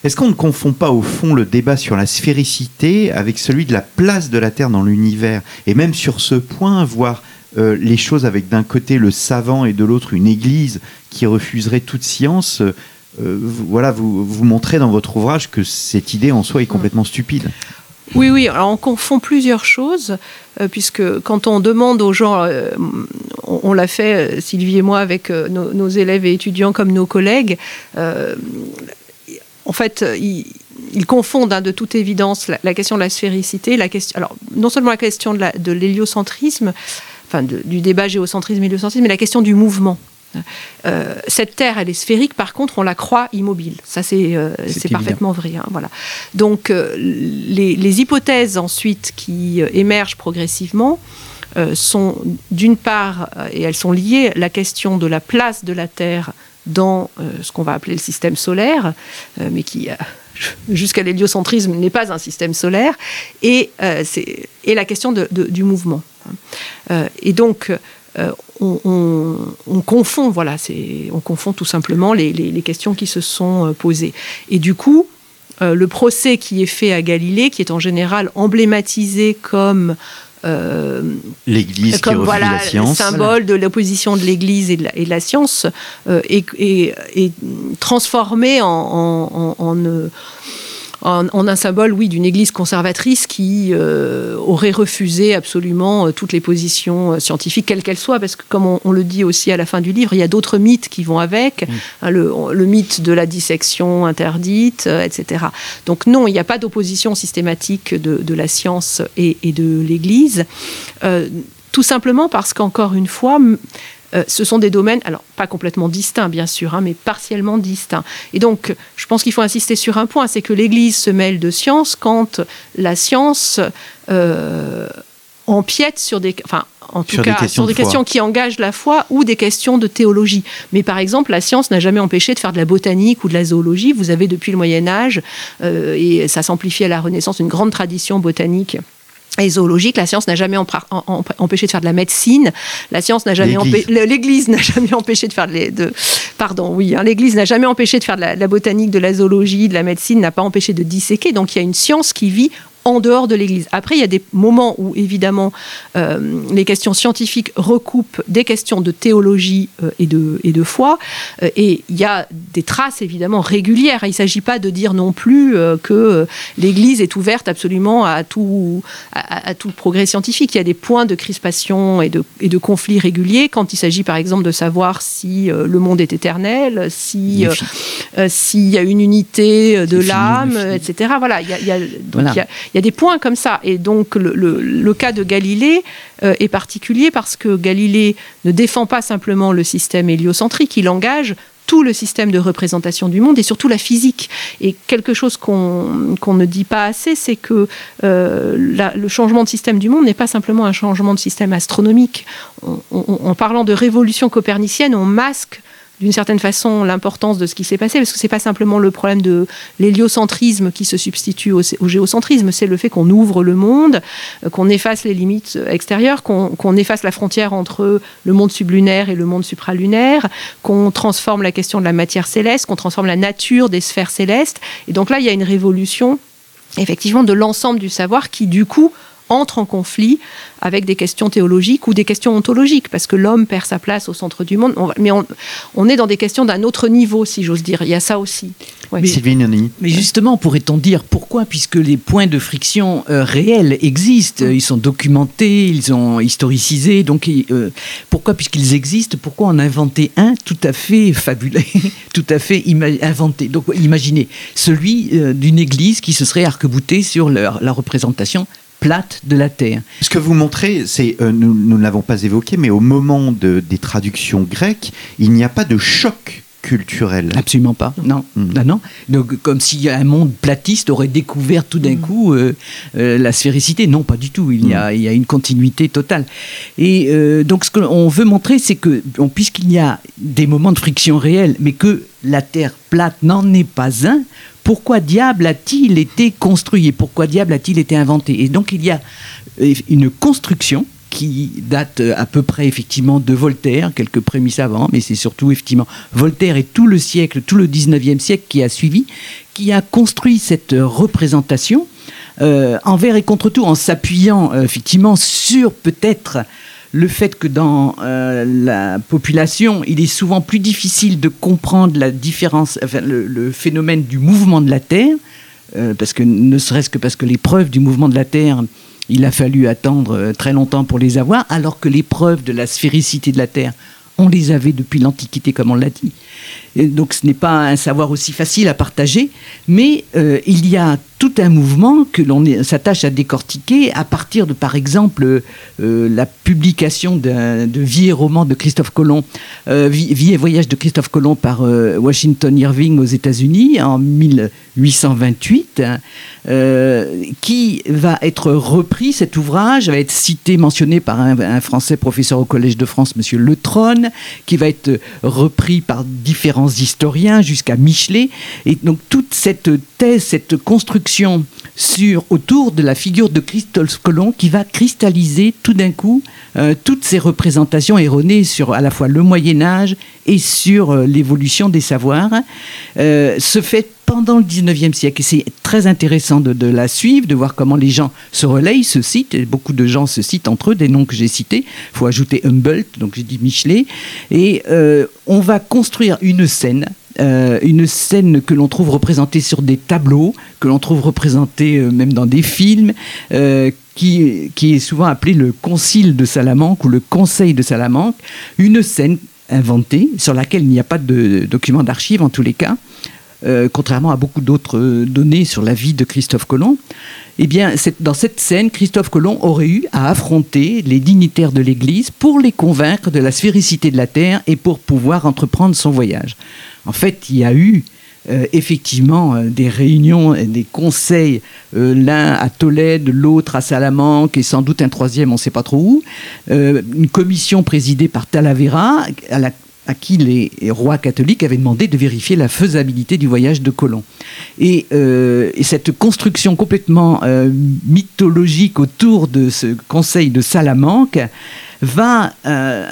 Est-ce qu'on ne confond pas au fond le débat sur la sphéricité avec celui de la place de la Terre dans l'univers? Et même sur ce point, voir euh, les choses avec d'un côté le savant et de l'autre une église qui refuserait toute science, euh, vous, voilà, vous, vous montrez dans votre ouvrage que cette idée en soi est complètement stupide. Oui, oui, alors on confond plusieurs choses, euh, puisque quand on demande aux gens, euh, on, on l'a fait, euh, Sylvie et moi, avec euh, nos, nos élèves et étudiants comme nos collègues, euh, en fait, ils, ils confondent hein, de toute évidence la, la question de la sphéricité, la question, alors non seulement la question de, la, de l'héliocentrisme, enfin de, du débat géocentrisme et héliocentrisme, mais la question du mouvement. Euh, cette Terre, elle est sphérique, par contre, on la croit immobile. Ça, c'est, euh, c'est, c'est parfaitement vrai. Hein, voilà. Donc, euh, les, les hypothèses ensuite qui euh, émergent progressivement euh, sont, d'une part, euh, et elles sont liées, la question de la place de la Terre dans euh, ce qu'on va appeler le système solaire, euh, mais qui, euh, jusqu'à l'héliocentrisme, n'est pas un système solaire, et, euh, c'est, et la question de, de, du mouvement. Euh, et donc, Euh, on, on, on confond, voilà, c'est, on confond tout simplement les, les, les questions qui se sont euh, posées. Et du coup, euh, le procès qui est fait à Galilée, qui est en général emblématisé comme euh, l'Église comme, qui refuse voilà, la science, symbole de l'opposition de l'Église et de la, et de la science, euh, est, est, est transformé en, en, en, en euh, En, en un symbole, oui, d'une église conservatrice qui euh, aurait refusé absolument euh, toutes les positions euh, scientifiques, quelles qu'elles soient, parce que comme on, on le dit aussi à la fin du livre, il y a d'autres mythes qui vont avec, mmh. hein, le, le mythe de la dissection interdite, euh, et cetera. Donc non, il n'y a pas d'opposition systématique de, de la science et, et de l'Église, euh, tout simplement parce qu'encore une fois, Euh, ce sont des domaines, alors pas complètement distincts bien sûr, hein, mais partiellement distincts. Et donc, je pense qu'il faut insister sur un point, c'est que l'Église se mêle de science quand la science euh, empiète sur des, enfin, en tout sur cas, des questions, sur des questions qui engagent la foi ou des questions de théologie. Mais par exemple, la science n'a jamais empêché de faire de la botanique ou de la zoologie. Vous avez depuis le Moyen-Âge, euh, et ça s'amplifie à la Renaissance, une grande tradition botanique et zoologique. La science n'a jamais empêché de faire de la médecine. La science n'a jamais L'Église. empêché, l'Église n'a jamais empêché de faire de, de pardon, oui, hein, l'Église n'a jamais empêché de faire de la, de la botanique, de la zoologie, de la médecine, n'a pas empêché de disséquer. Donc il y a une science qui vit en dehors de l'Église. Après, il y a des moments où, évidemment, euh, les questions scientifiques recoupent des questions de théologie euh, et, de, et de foi. Euh, et il y a des traces, évidemment, régulières. Il ne s'agit pas de dire non plus euh, que l'Église est ouverte absolument à tout, à, à tout progrès scientifique. Il y a des points de crispation et de, et de conflits réguliers quand il s'agit, par exemple, de savoir si euh, le monde est éternel, si, euh, euh, s'il y a une unité de C'est l'âme, fini, et cetera. Voilà, il y a, il y a, donc Voilà. il y a Il y a des points comme ça. Et donc, le, le, le cas de Galilée euh, est particulier parce que Galilée ne défend pas simplement le système héliocentrique, il engage tout le système de représentation du monde et surtout la physique. Et quelque chose qu'on, qu'on ne dit pas assez, c'est que euh, la, le changement de système du monde n'est pas simplement un changement de système astronomique. On, on, en parlant de révolution copernicienne, on masque d'une certaine façon l'importance de ce qui s'est passé, parce que c'est pas simplement le problème de l'héliocentrisme qui se substitue au, au géocentrisme, c'est le fait qu'on ouvre le monde, qu'on efface les limites extérieures, qu'on, qu'on efface la frontière entre le monde sublunaire et le monde supralunaire, qu'on transforme la question de la matière céleste, qu'on transforme la nature des sphères célestes. Et donc là, il y a une révolution, effectivement, de l'ensemble du savoir qui, du coup, entre en conflit avec des questions théologiques ou des questions ontologiques, parce que l'homme perd sa place au centre du monde. On va, mais on, on est dans des questions d'un autre niveau, si j'ose dire. Il y a ça aussi. Ouais. Mais, Sylvie Noni. mais justement, pourrait-on dire pourquoi? Puisque les points de friction euh, réels existent, ils sont documentés, ils sont historicisés. Donc, euh, pourquoi, puisqu'ils existent, pourquoi en inventer un tout à fait fabulé, tout à fait ima- inventé? Donc, imaginez celui euh, d'une église qui se serait arc-boutée sur leur, la représentation plate de la Terre. Ce que vous montrez, c'est, euh, nous, nous ne l'avons pas évoqué, mais au moment de, des traductions grecques, il n'y a pas de choc culturel. Absolument pas. Non, Mmh. non, non. Donc, comme si un monde platiste aurait découvert tout d'un mmh. coup euh, euh, la sphéricité. Non, pas du tout. Il y a, mmh. il y a une continuité totale. Et euh, donc, ce qu'on veut montrer, c'est que, bon, puisqu'il y a des moments de friction réels, mais que la Terre plate n'en est pas un, pourquoi diable a-t-il été construit et pourquoi diable a-t-il été inventé? Et donc, il y a une construction qui date à peu près effectivement de Voltaire, quelques prémices avant, mais c'est surtout effectivement Voltaire et tout le siècle, tout le dix-neuvième siècle qui a suivi, qui a construit cette représentation euh, envers et contre tout, en s'appuyant euh, effectivement sur peut-être le fait que dans euh, la population, il est souvent plus difficile de comprendre la différence, enfin, le, le phénomène du mouvement de la Terre, euh, parce que ne serait-ce que parce que les preuves du mouvement de la Terre, il a fallu attendre très longtemps pour les avoir, alors que les preuves de la sphéricité de la Terre, on les avait depuis l'Antiquité, comme on l'a dit. Et donc ce n'est pas un savoir aussi facile à partager, mais euh, il y a tout un mouvement que l'on est, s'attache à décortiquer à partir de, par exemple, euh, la publication d'un, de Vie et roman de Christophe Colomb, euh, Vie, Vie et voyage de Christophe Colomb par euh, Washington Irving aux États-Unis en mille huit cent vingt-huit, hein, euh, qui va être repris, cet ouvrage va être cité, mentionné par un, un Français professeur au Collège de France, Monsieur Le Trône, qui va être repris par différents historiens jusqu'à Michelet. Et donc toute cette thèse, cette construction sur, autour de la figure de Christophe Colomb qui va cristalliser tout d'un coup euh, toutes ces représentations erronées sur à la fois le Moyen-Âge et sur euh, l'évolution des savoirs, euh, se fait pendant le dix-neuvième siècle. Et c'est très intéressant de, de la suivre, de voir comment les gens se relayent, se citent. Et beaucoup de gens se citent entre eux, des noms que j'ai cités. Il faut ajouter Humboldt, donc j'ai dit Michelet. Et euh, on va construire une scène, euh, une scène que l'on trouve représentée sur des tableaux, que l'on trouve représentée euh, même dans des films, euh, qui, qui est souvent appelée le Concile de Salamanque ou le Conseil de Salamanque. Une scène inventée, sur laquelle il n'y a pas de document d'archives en tous les cas, Euh, contrairement à beaucoup d'autres euh, données sur la vie de Christophe Colomb. Eh bien, c'est, dans cette scène, Christophe Colomb aurait eu à affronter les dignitaires de l'Église pour les convaincre de la sphéricité de la Terre et pour pouvoir entreprendre son voyage. En fait, il y a eu euh, effectivement euh, des réunions, des conseils, euh, l'un à Tolède, l'autre à Salamanque et sans doute un troisième, on ne sait pas trop où, euh, une commission présidée par Talavera à la à qui les rois catholiques avaient demandé de vérifier la faisabilité du voyage de Colomb. Et, euh, et cette construction complètement euh, mythologique autour de ce conseil de Salamanque va, euh,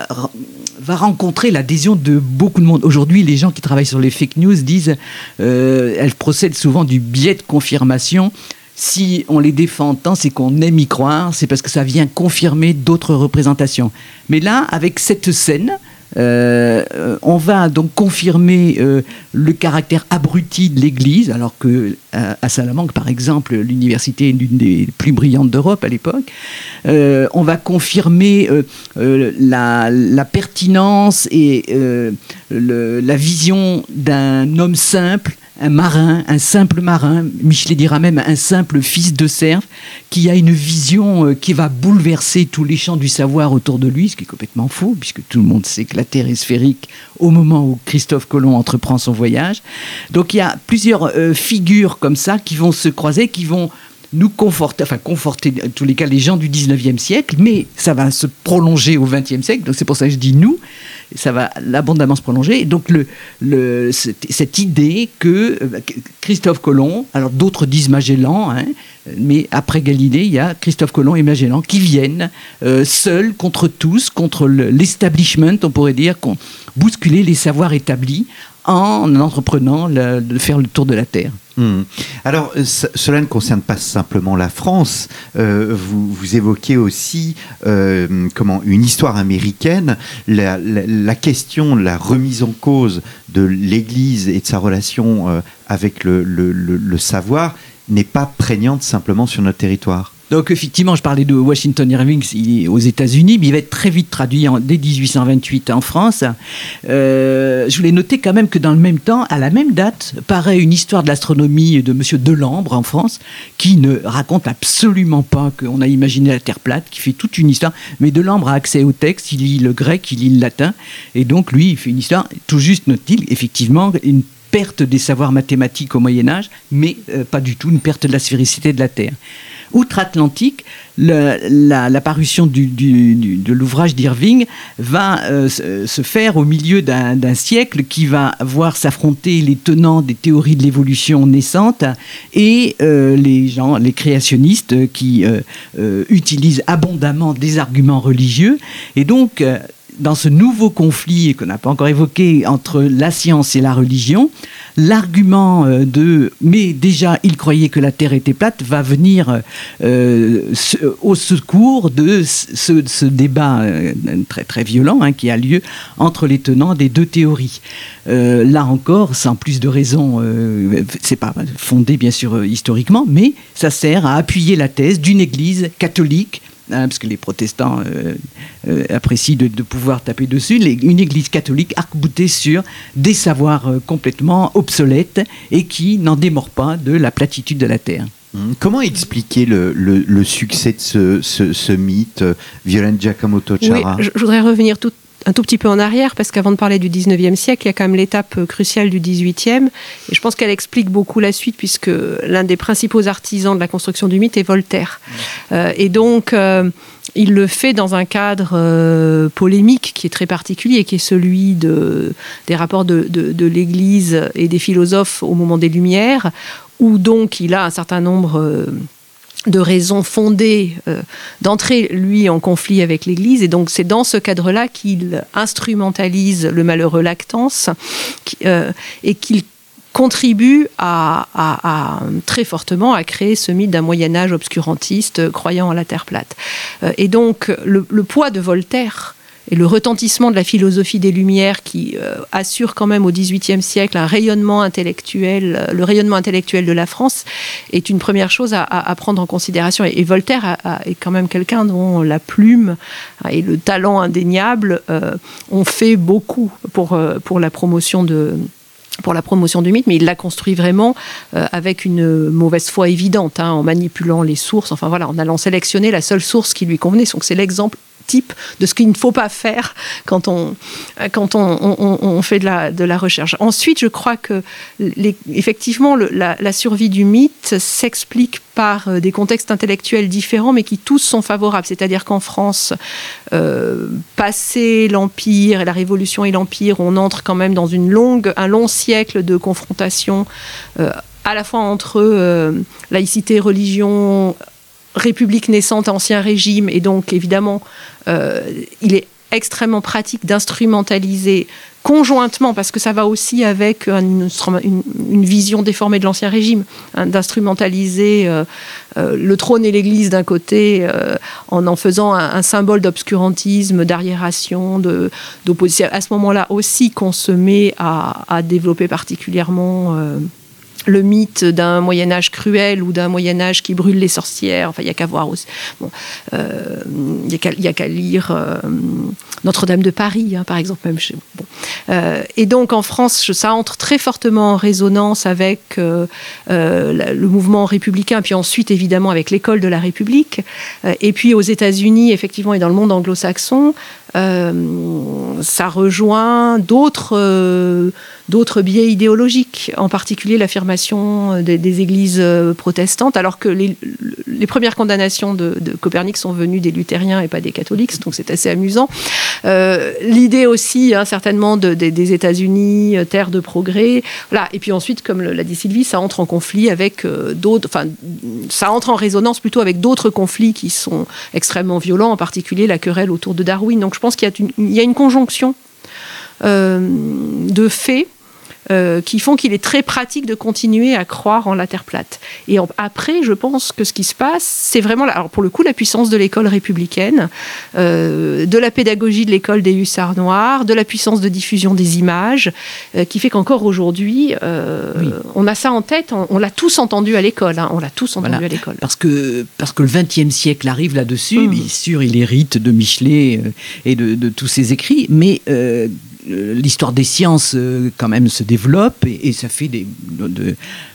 va rencontrer l'adhésion de beaucoup de monde. Aujourd'hui, les gens qui travaillent sur les fake news disent euh, elles procèdent souvent du biais de confirmation. Si on les défend tant, c'est qu'on aime y croire, c'est parce que ça vient confirmer d'autres représentations. Mais là, avec cette scène, Euh, on va donc confirmer euh, le caractère abruti de l'Église, alors que à, à Salamanque, par exemple, l'université est l'une des plus brillantes d'Europe à l'époque. Euh, on va confirmer euh, euh, la, la pertinence et euh, le, la vision d'un homme simple, un marin, un simple marin, Michelet dira même un simple fils de serf, qui a une vision euh, qui va bouleverser tous les champs du savoir autour de lui, ce qui est complètement faux, puisque tout le monde sait que la Terre est sphérique au moment où Christophe Colomb entreprend son voyage. Donc il y a plusieurs euh, figures comme ça qui vont se croiser, qui vont nous conforter, enfin conforter en tous les cas les gens du dix-neuvième siècle, mais ça va se prolonger au vingtième siècle, donc c'est pour ça que je dis nous, ça va abondamment se prolonger. Et donc le, le, cette, cette idée que Christophe Colomb, alors d'autres disent Magellan, hein, mais après Galilée, il y a Christophe Colomb et Magellan qui viennent euh, seuls contre tous, contre le, l'establishment, on pourrait dire, bousculer les savoirs établis en entreprenant le, de faire le tour de la Terre. Mmh. Alors, c- cela ne concerne pas simplement la France. Euh, vous, vous évoquez aussi euh, comment, une histoire américaine. La, la, la question, la remise en cause de l'Église et de sa relation euh, avec le, le, le, le savoir n'est pas prégnante simplement sur notre territoire. Donc effectivement, je parlais de Washington Irving aux États-Unis, mais il va être très vite traduit en, dès dix-huit cent vingt-huit en France. Euh, je voulais noter quand même que dans le même temps, à la même date, paraît une histoire de l'astronomie de Monsieur Delambre en France, qui ne raconte absolument pas qu'on a imaginé la Terre plate, qui fait toute une histoire. Mais Delambre a accès au texte, il lit le grec, il lit le latin, et donc lui, il fait une histoire, tout juste note-t-il, effectivement, une perte des savoirs mathématiques au Moyen-Âge, mais euh, pas du tout une perte de la sphéricité de la Terre. outre-Atlantique, le, la, la parution du, du, du, de l'ouvrage d'Irving va euh, se, se faire au milieu d'un, d'un siècle qui va voir s'affronter les tenants des théories de l'évolution naissante et euh, les gens, les créationnistes qui euh, euh, utilisent abondamment des arguments religieux. Et donc, euh, dans ce nouveau conflit qu'on n'a pas encore évoqué entre la science et la religion, l'argument de « mais déjà, il croyait que la Terre était plate » va venir euh, au secours de ce, ce débat euh, très, très violent hein, qui a lieu entre les tenants des deux théories. Euh, là encore, sans plus de raison, euh, c'est pas fondé bien sûr historiquement, mais ça sert à appuyer la thèse d'une Église catholique, hein, parce que les protestants euh, euh, apprécient de, de pouvoir taper dessus, les, une église catholique arc-boutée sur des savoirs euh, complètement obsolètes et qui n'en démord pas de la platitude de la Terre. Comment expliquer le, le, le succès de ce, ce, ce mythe, Violaine Giacomoto Ciara? Oui, je, je voudrais revenir tout un tout petit peu en arrière, parce qu'avant de parler du dix-neuvième siècle, il y a quand même l'étape cruciale du dix-huitième, et je pense qu'elle explique beaucoup la suite, puisque l'un des principaux artisans de la construction du mythe est Voltaire. Mmh. Euh, et donc, euh, il le fait dans un cadre euh, polémique qui est très particulier, qui est celui de, des rapports de, de, de l'Église et des philosophes au moment des Lumières, où donc il a un certain nombre... Euh, de raisons fondées euh, d'entrer, lui, en conflit avec l'Église. Et donc, c'est dans ce cadre-là qu'il instrumentalise le malheureux Lactance qui, euh, et qu'il contribue à, à, à, très fortement à créer ce mythe d'un Moyen-Âge obscurantiste croyant à la Terre plate. Euh, et donc, le, le poids de Voltaire et le retentissement de la philosophie des Lumières qui euh, assure quand même au dix-huitième siècle un rayonnement intellectuel, euh, le rayonnement intellectuel de la France est une première chose à, à, à prendre en considération. Et, et Voltaire a, a, est quand même quelqu'un dont la plume et le talent indéniable euh, ont fait beaucoup pour, euh, pour la promotion de... pour la promotion du mythe, mais il l'a construit vraiment euh, avec une mauvaise foi évidente, hein, en manipulant les sources, enfin voilà, en allant sélectionner la seule source qui lui convenait. Donc c'est l'exemple type de ce qu'il ne faut pas faire quand on, quand on, on, on fait de la, de la recherche. Ensuite, je crois que les, effectivement, le, la, la survie du mythe s'explique par des contextes intellectuels différents, mais qui tous sont favorables. C'est-à-dire qu'en France, euh, passé l'Empire et la Révolution et l'Empire, on entre quand même dans une longue, un long siècle de confrontation, euh, à la fois entre euh, laïcité, religion, République naissante, Ancien Régime, et donc évidemment, euh, il est extrêmement pratique d'instrumentaliser conjointement, parce que ça va aussi avec une, une, une vision déformée de l'Ancien Régime, hein, d'instrumentaliser euh, euh, le trône et l'Église d'un côté, euh, en en faisant un, un symbole d'obscurantisme, d'arriération, de, d'opposition. À ce moment-là aussi qu'on se met à, à développer particulièrement... Euh, le mythe d'un Moyen-Âge cruel ou d'un Moyen-Âge qui brûle les sorcières. Enfin, il n'y a qu'à voir aussi. Bon, euh, il n'y a qu'à, il y a qu'à lire euh, Notre-Dame de Paris, hein, par exemple. Même chez, bon. euh, et donc, en France, ça entre très fortement en résonance avec euh, euh, le mouvement républicain, puis ensuite, évidemment, avec l'école de la République. Euh, et puis, aux États-Unis, effectivement, et dans le monde anglo-saxon, Euh, ça rejoint d'autres, euh, d'autres biais idéologiques, en particulier l'affirmation des, des églises protestantes, alors que les, les premières condamnations de, de Copernic sont venues des luthériens et pas des catholiques, donc c'est assez amusant. Euh, l'idée aussi, hein, certainement, de, de, des États-Unis, terre de progrès. Voilà. Et puis ensuite, comme l'a dit Sylvie, ça entre en conflit avec euh, d'autres, enfin, ça entre en résonance plutôt avec d'autres conflits qui sont extrêmement violents, en particulier la querelle autour de Darwin. Donc je pense qu'il y a une, il y a une conjonction euh, de faits euh, qui font qu'il est très pratique de continuer à croire en la Terre plate. Et en, après, je pense que ce qui se passe, c'est vraiment, la, alors pour le coup, la puissance de l'école républicaine, euh, de la pédagogie de l'école des hussards noirs, de la puissance de diffusion des images, euh, qui fait qu'encore aujourd'hui, euh, oui. on a ça en tête, on, on l'a tous entendu à l'école, hein, on l'a tous entendu voilà. à l'école. Parce que, parce que le vingtième siècle arrive là-dessus, mmh. bien sûr, il hérite de Michelet euh, et de, de tous ses écrits, mais... Euh, l'histoire des sciences euh, quand même se développe et, et ça fait des, de,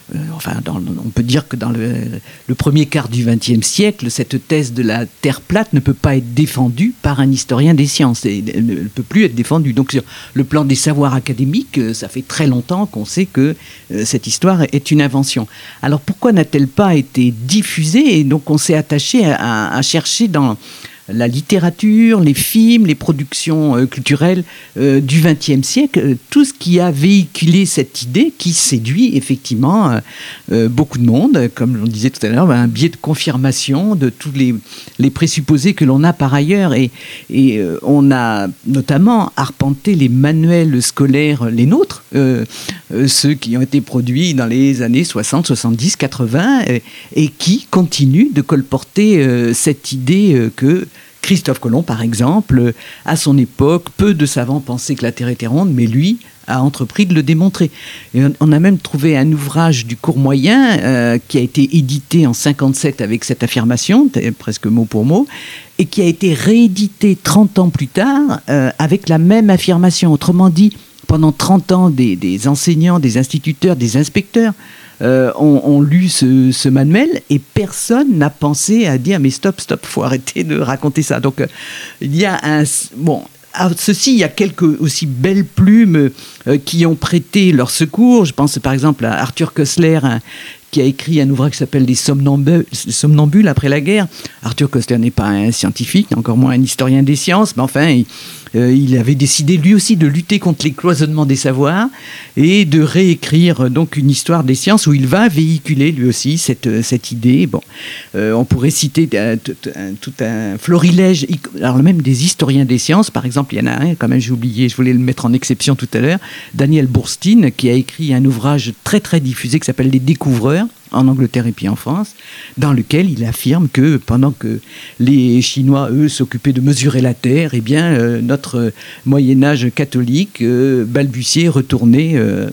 euh, enfin, dans, on peut dire que dans le, le premier quart du vingtième siècle, cette thèse de la Terre plate ne peut pas être défendue par un historien des sciences, et elle ne peut plus être défendue. Donc sur le plan des savoirs académiques, ça fait très longtemps qu'on sait que euh, cette histoire est une invention. Alors pourquoi n'a-t-elle pas été diffusée? Et donc on s'est attaché à, à chercher dans la littérature, les films, les productions euh, culturelles euh, du vingtième siècle, euh, tout ce qui a véhiculé cette idée qui séduit effectivement euh, euh, beaucoup de monde, comme on disait tout à l'heure, un biais de confirmation de tous les, les présupposés que l'on a par ailleurs. Et, et euh, on a notamment arpenté les manuels scolaires, les nôtres, euh, euh, ceux qui ont été produits dans les années soixante, soixante-dix, quatre-vingts, et, et qui continuent de colporter euh, cette idée euh, que Christophe Colomb, par exemple, à son époque, peu de savants pensaient que la Terre était ronde, mais lui a entrepris de le démontrer. Et on a même trouvé un ouvrage du cours moyen euh, qui a été édité en cinquante-sept avec cette affirmation, presque mot pour mot, et qui a été réédité trente ans plus tard euh, avec la même affirmation. Autrement dit, pendant trente ans, des, des enseignants, des instituteurs, des inspecteurs Euh, ont, ont lu ce, ce manuel et personne n'a pensé à dire mais stop, stop, faut arrêter de raconter ça. Donc euh, il y a un... Bon, à ceci, il y a quelques aussi belles plumes euh, qui ont prêté leur secours. Je pense par exemple à Arthur Koestler, hein, qui a écrit un ouvrage qui s'appelle Les somnambules, somnambules après la guerre. Arthur Koestler n'est pas un scientifique, encore moins un historien des sciences, mais enfin, il, euh, il avait décidé lui aussi de lutter contre les cloisonnements des savoirs et de réécrire donc une histoire des sciences où il va véhiculer lui aussi cette, cette idée. Bon, euh, on pourrait citer un, tout, un, tout un florilège, alors même des historiens des sciences, par exemple, il y en a un, quand même j'ai oublié, je voulais le mettre en exception tout à l'heure, Daniel Boorstin, qui a écrit un ouvrage très très diffusé qui s'appelle Les Découvreurs, en Angleterre et puis en France, dans lequel il affirme que pendant que les Chinois, eux, s'occupaient de mesurer la Terre, eh bien, euh, notre Moyen-Âge catholique euh, balbutiait, retournait euh,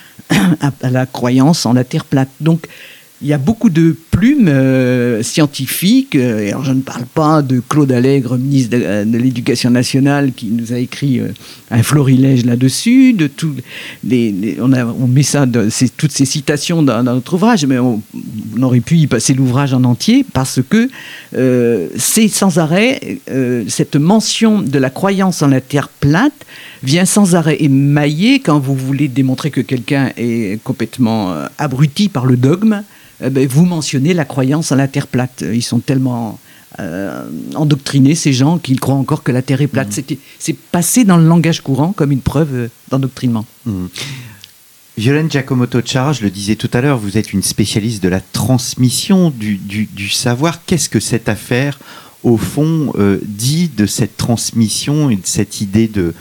à, à la croyance en la Terre plate. Donc, il y a beaucoup de plumes euh, scientifiques. Euh, alors je ne parle pas de Claude Allègre, ministre de, de l'Éducation nationale, qui nous a écrit euh, un florilège là-dessus. De tout, les, les, on, a, on met ça, de, c'est, toutes ces citations dans, dans notre ouvrage, mais on, on aurait pu y passer l'ouvrage en entier parce que euh, c'est sans arrêt, euh, cette mention de la croyance en la Terre plate vient sans arrêt émailler quand vous voulez démontrer que quelqu'un est complètement euh, abruti par le dogme. Eh ben, vous mentionnez la croyance en la Terre plate. Ils sont tellement euh, endoctrinés, ces gens, qu'ils croient encore que la Terre est plate. Mmh. C'était, c'est passé dans le langage courant comme une preuve d'endoctrinement. Mmh. Violaine Giacomotto-Ciara, je le disais tout à l'heure, vous êtes une spécialiste de la transmission du, du, du savoir. Qu'est-ce que cette affaire, au fond, euh, dit de cette transmission et de cette idée de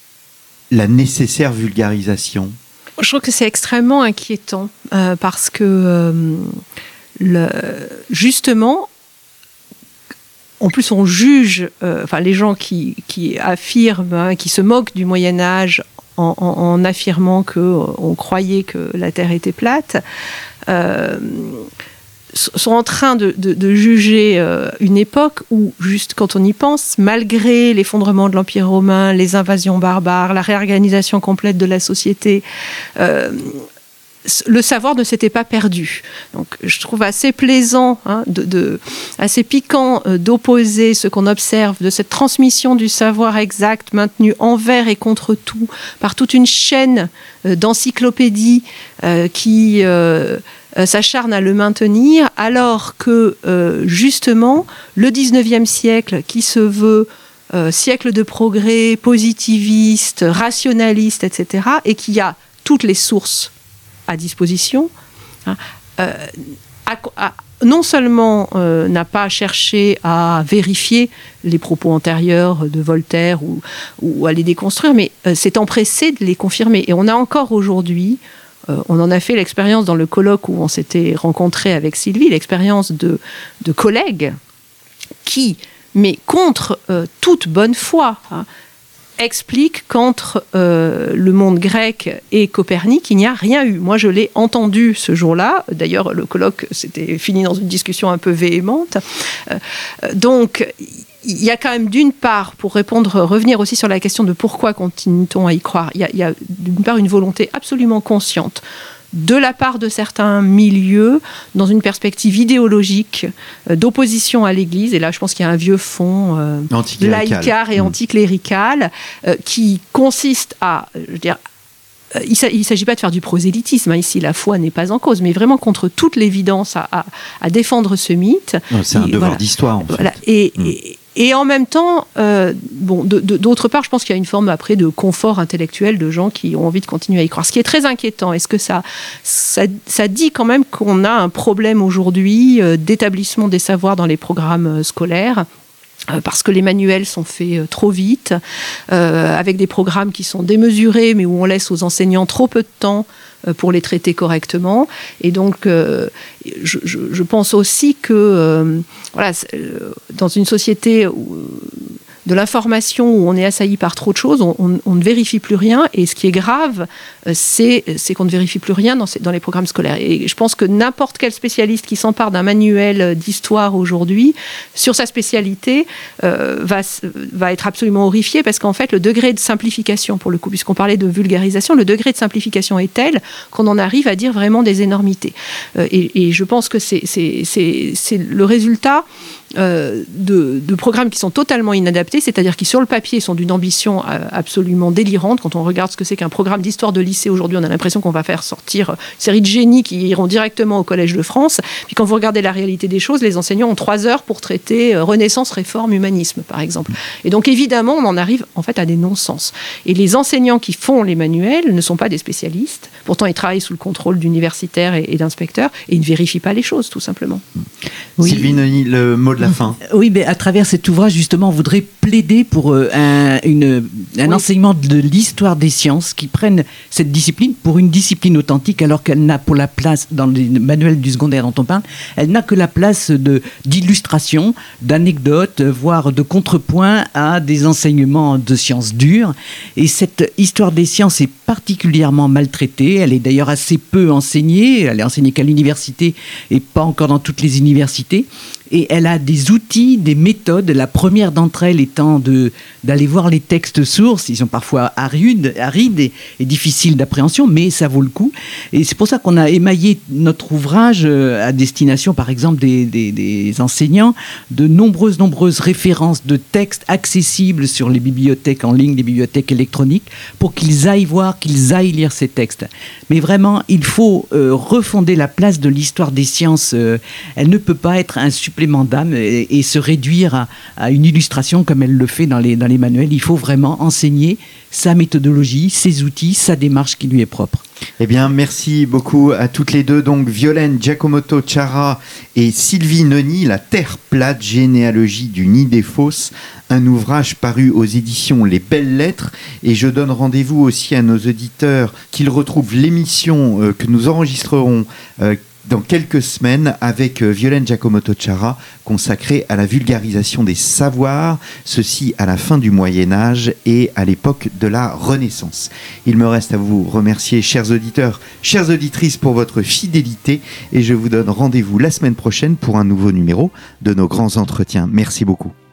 la nécessaire vulgarisation ? Je trouve que c'est extrêmement inquiétant euh, parce que euh, le, justement, en plus on juge, euh, enfin les gens qui, qui affirment, hein, qui se moquent du Moyen-Âge en, en, en affirmant qu'on croyait que la Terre était plate, euh, sont en train de, de, de juger euh, une époque où, juste quand on y pense, malgré l'effondrement de l'Empire romain, les invasions barbares, la réorganisation complète de la société, euh, le savoir ne s'était pas perdu. Donc, je trouve assez plaisant, hein, de, de, assez piquant euh, d'opposer ce qu'on observe de cette transmission du savoir exact maintenu envers et contre tout par toute une chaîne euh, d'encyclopédies euh, qui... Euh, Euh, s'acharne à le maintenir, alors que, euh, justement, le dix-neuvième siècle, qui se veut euh, siècle de progrès, positiviste, rationaliste, et cetera, et qui a toutes les sources à disposition, hein, euh, a, a, non seulement euh, n'a pas cherché à vérifier les propos antérieurs de Voltaire ou, ou à les déconstruire, mais euh, s'est empressé de les confirmer. Et on a encore aujourd'hui... On en a fait l'expérience dans le colloque où on s'était rencontré avec Sylvie, l'expérience de, de collègues qui, mais contre euh, toute bonne foi, hein, expliquent qu'entre euh, le monde grec et Copernic, il n'y a rien eu. Moi, je l'ai entendu ce jour-là. D'ailleurs, le colloque s'était fini dans une discussion un peu véhémente. Euh, donc... Il y a quand même d'une part, pour répondre, revenir aussi sur la question de pourquoi continue-t-on à y croire, il y a, il y a d'une part une volonté absolument consciente de la part de certains milieux, dans une perspective idéologique euh, d'opposition à l'Église. Et là, je pense qu'il y a un vieux fond euh, laïcard et mmh. anticlérical euh, qui consiste à, je veux dire, euh, il ne s'agit pas de faire du prosélytisme, hein, ici la foi n'est pas en cause, mais vraiment contre toute l'évidence à, à, à défendre ce mythe. Non, c'est un et, devoir voilà, d'histoire, en fait. Voilà, et, mmh. et Et en même temps, euh, bon, de, de, d'autre part, je pense qu'il y a une forme après de confort intellectuel de gens qui ont envie de continuer à y croire. Ce qui est très inquiétant, est-ce que ça, ça, ça dit quand même qu'on a un problème aujourd'hui euh, d'établissement des savoirs dans les programmes scolaires ? Parce que les manuels sont faits trop vite, euh, avec des programmes qui sont démesurés, mais où on laisse aux enseignants trop peu de temps pour les traiter correctement. Et donc, euh, je, je, je pense aussi que, euh, voilà, dans une société où, de l'information où on est assailli par trop de choses, on, on, on ne vérifie plus rien. Et ce qui est grave, c'est, c'est qu'on ne vérifie plus rien dans, ces, dans les programmes scolaires. Et je pense que n'importe quel spécialiste qui s'empare d'un manuel d'histoire aujourd'hui, sur sa spécialité, euh, va, va être absolument horrifié, parce qu'en fait, le degré de simplification, pour le coup, puisqu'on parlait de vulgarisation, le degré de simplification est tel qu'on en arrive à dire vraiment des énormités. Euh, et, et je pense que c'est, c'est, c'est, c'est le résultat Euh, de, de programmes qui sont totalement inadaptés, c'est-à-dire qui sur le papier sont d'une ambition euh, absolument délirante. Quand on regarde ce que c'est qu'un programme d'histoire de lycée aujourd'hui, on a l'impression qu'on va faire sortir une série de génies qui iront directement au Collège de France. Puis quand vous regardez la réalité des choses, les enseignants ont trois heures pour traiter euh, Renaissance, Réforme, Humanisme, par exemple. Et donc évidemment, on en arrive en fait à des non-sens. Et les enseignants qui font les manuels ne sont pas des spécialistes. Pourtant, ils travaillent sous le contrôle d'universitaires et, et d'inspecteurs, et ils ne vérifient pas les choses, tout simplement. Oui. Sylvie Noni, le mot de la fin. Oui, mais à travers cet ouvrage, justement, on voudrait plaider pour euh, un, une, un oui. enseignement de l'histoire des sciences qui prenne cette discipline pour une discipline authentique, alors qu'elle n'a pour la place, dans les manuels du secondaire dont on parle, elle n'a que la place de, d'illustration, d'anecdotes, voire de contrepoint à des enseignements de sciences dures. Et cette histoire des sciences est particulièrement maltraitée. Elle est d'ailleurs assez peu enseignée. Elle est enseignée qu'à l'université et pas encore dans toutes les universités. Et elle a des outils, des méthodes. La première d'entre elles étant de, d'aller voir les textes sources. Ils sont parfois arides, arides et, et difficiles d'appréhension, mais ça vaut le coup. Et c'est pour ça qu'on a émaillé notre ouvrage à destination, par exemple, des, des, des enseignants, de nombreuses, nombreuses références de textes accessibles sur les bibliothèques en ligne, les bibliothèques électroniques, pour qu'ils aillent voir, qu'ils aillent lire ces textes. Mais vraiment, il faut euh, refonder la place de l'histoire des sciences. Euh, elle ne peut pas être un supplément d'âme et, et se réduire à, à une illustration comme elle le fait dans les, dans les manuels. Il faut vraiment enseigner sa méthodologie, ses outils, sa démarche qui lui est propre. Eh bien, merci beaucoup à toutes les deux. Donc, Violaine Giacomotto Ciara et Sylvie Noni, La Terre plate, généalogie du nid des fosses, un ouvrage paru aux éditions Les Belles Lettres. Et je donne rendez-vous aussi à nos auditeurs qu'ils retrouvent l'émission euh, que nous enregistrerons euh, dans quelques semaines avec Violaine Giacomotto Ciara, consacrée à la vulgarisation des savoirs, ceci à la fin du Moyen-Âge et à l'époque de la Renaissance. Il me reste à vous remercier, chers auditeurs, chères auditrices, pour votre fidélité, et je vous donne rendez-vous la semaine prochaine pour un nouveau numéro de nos grands entretiens. Merci beaucoup.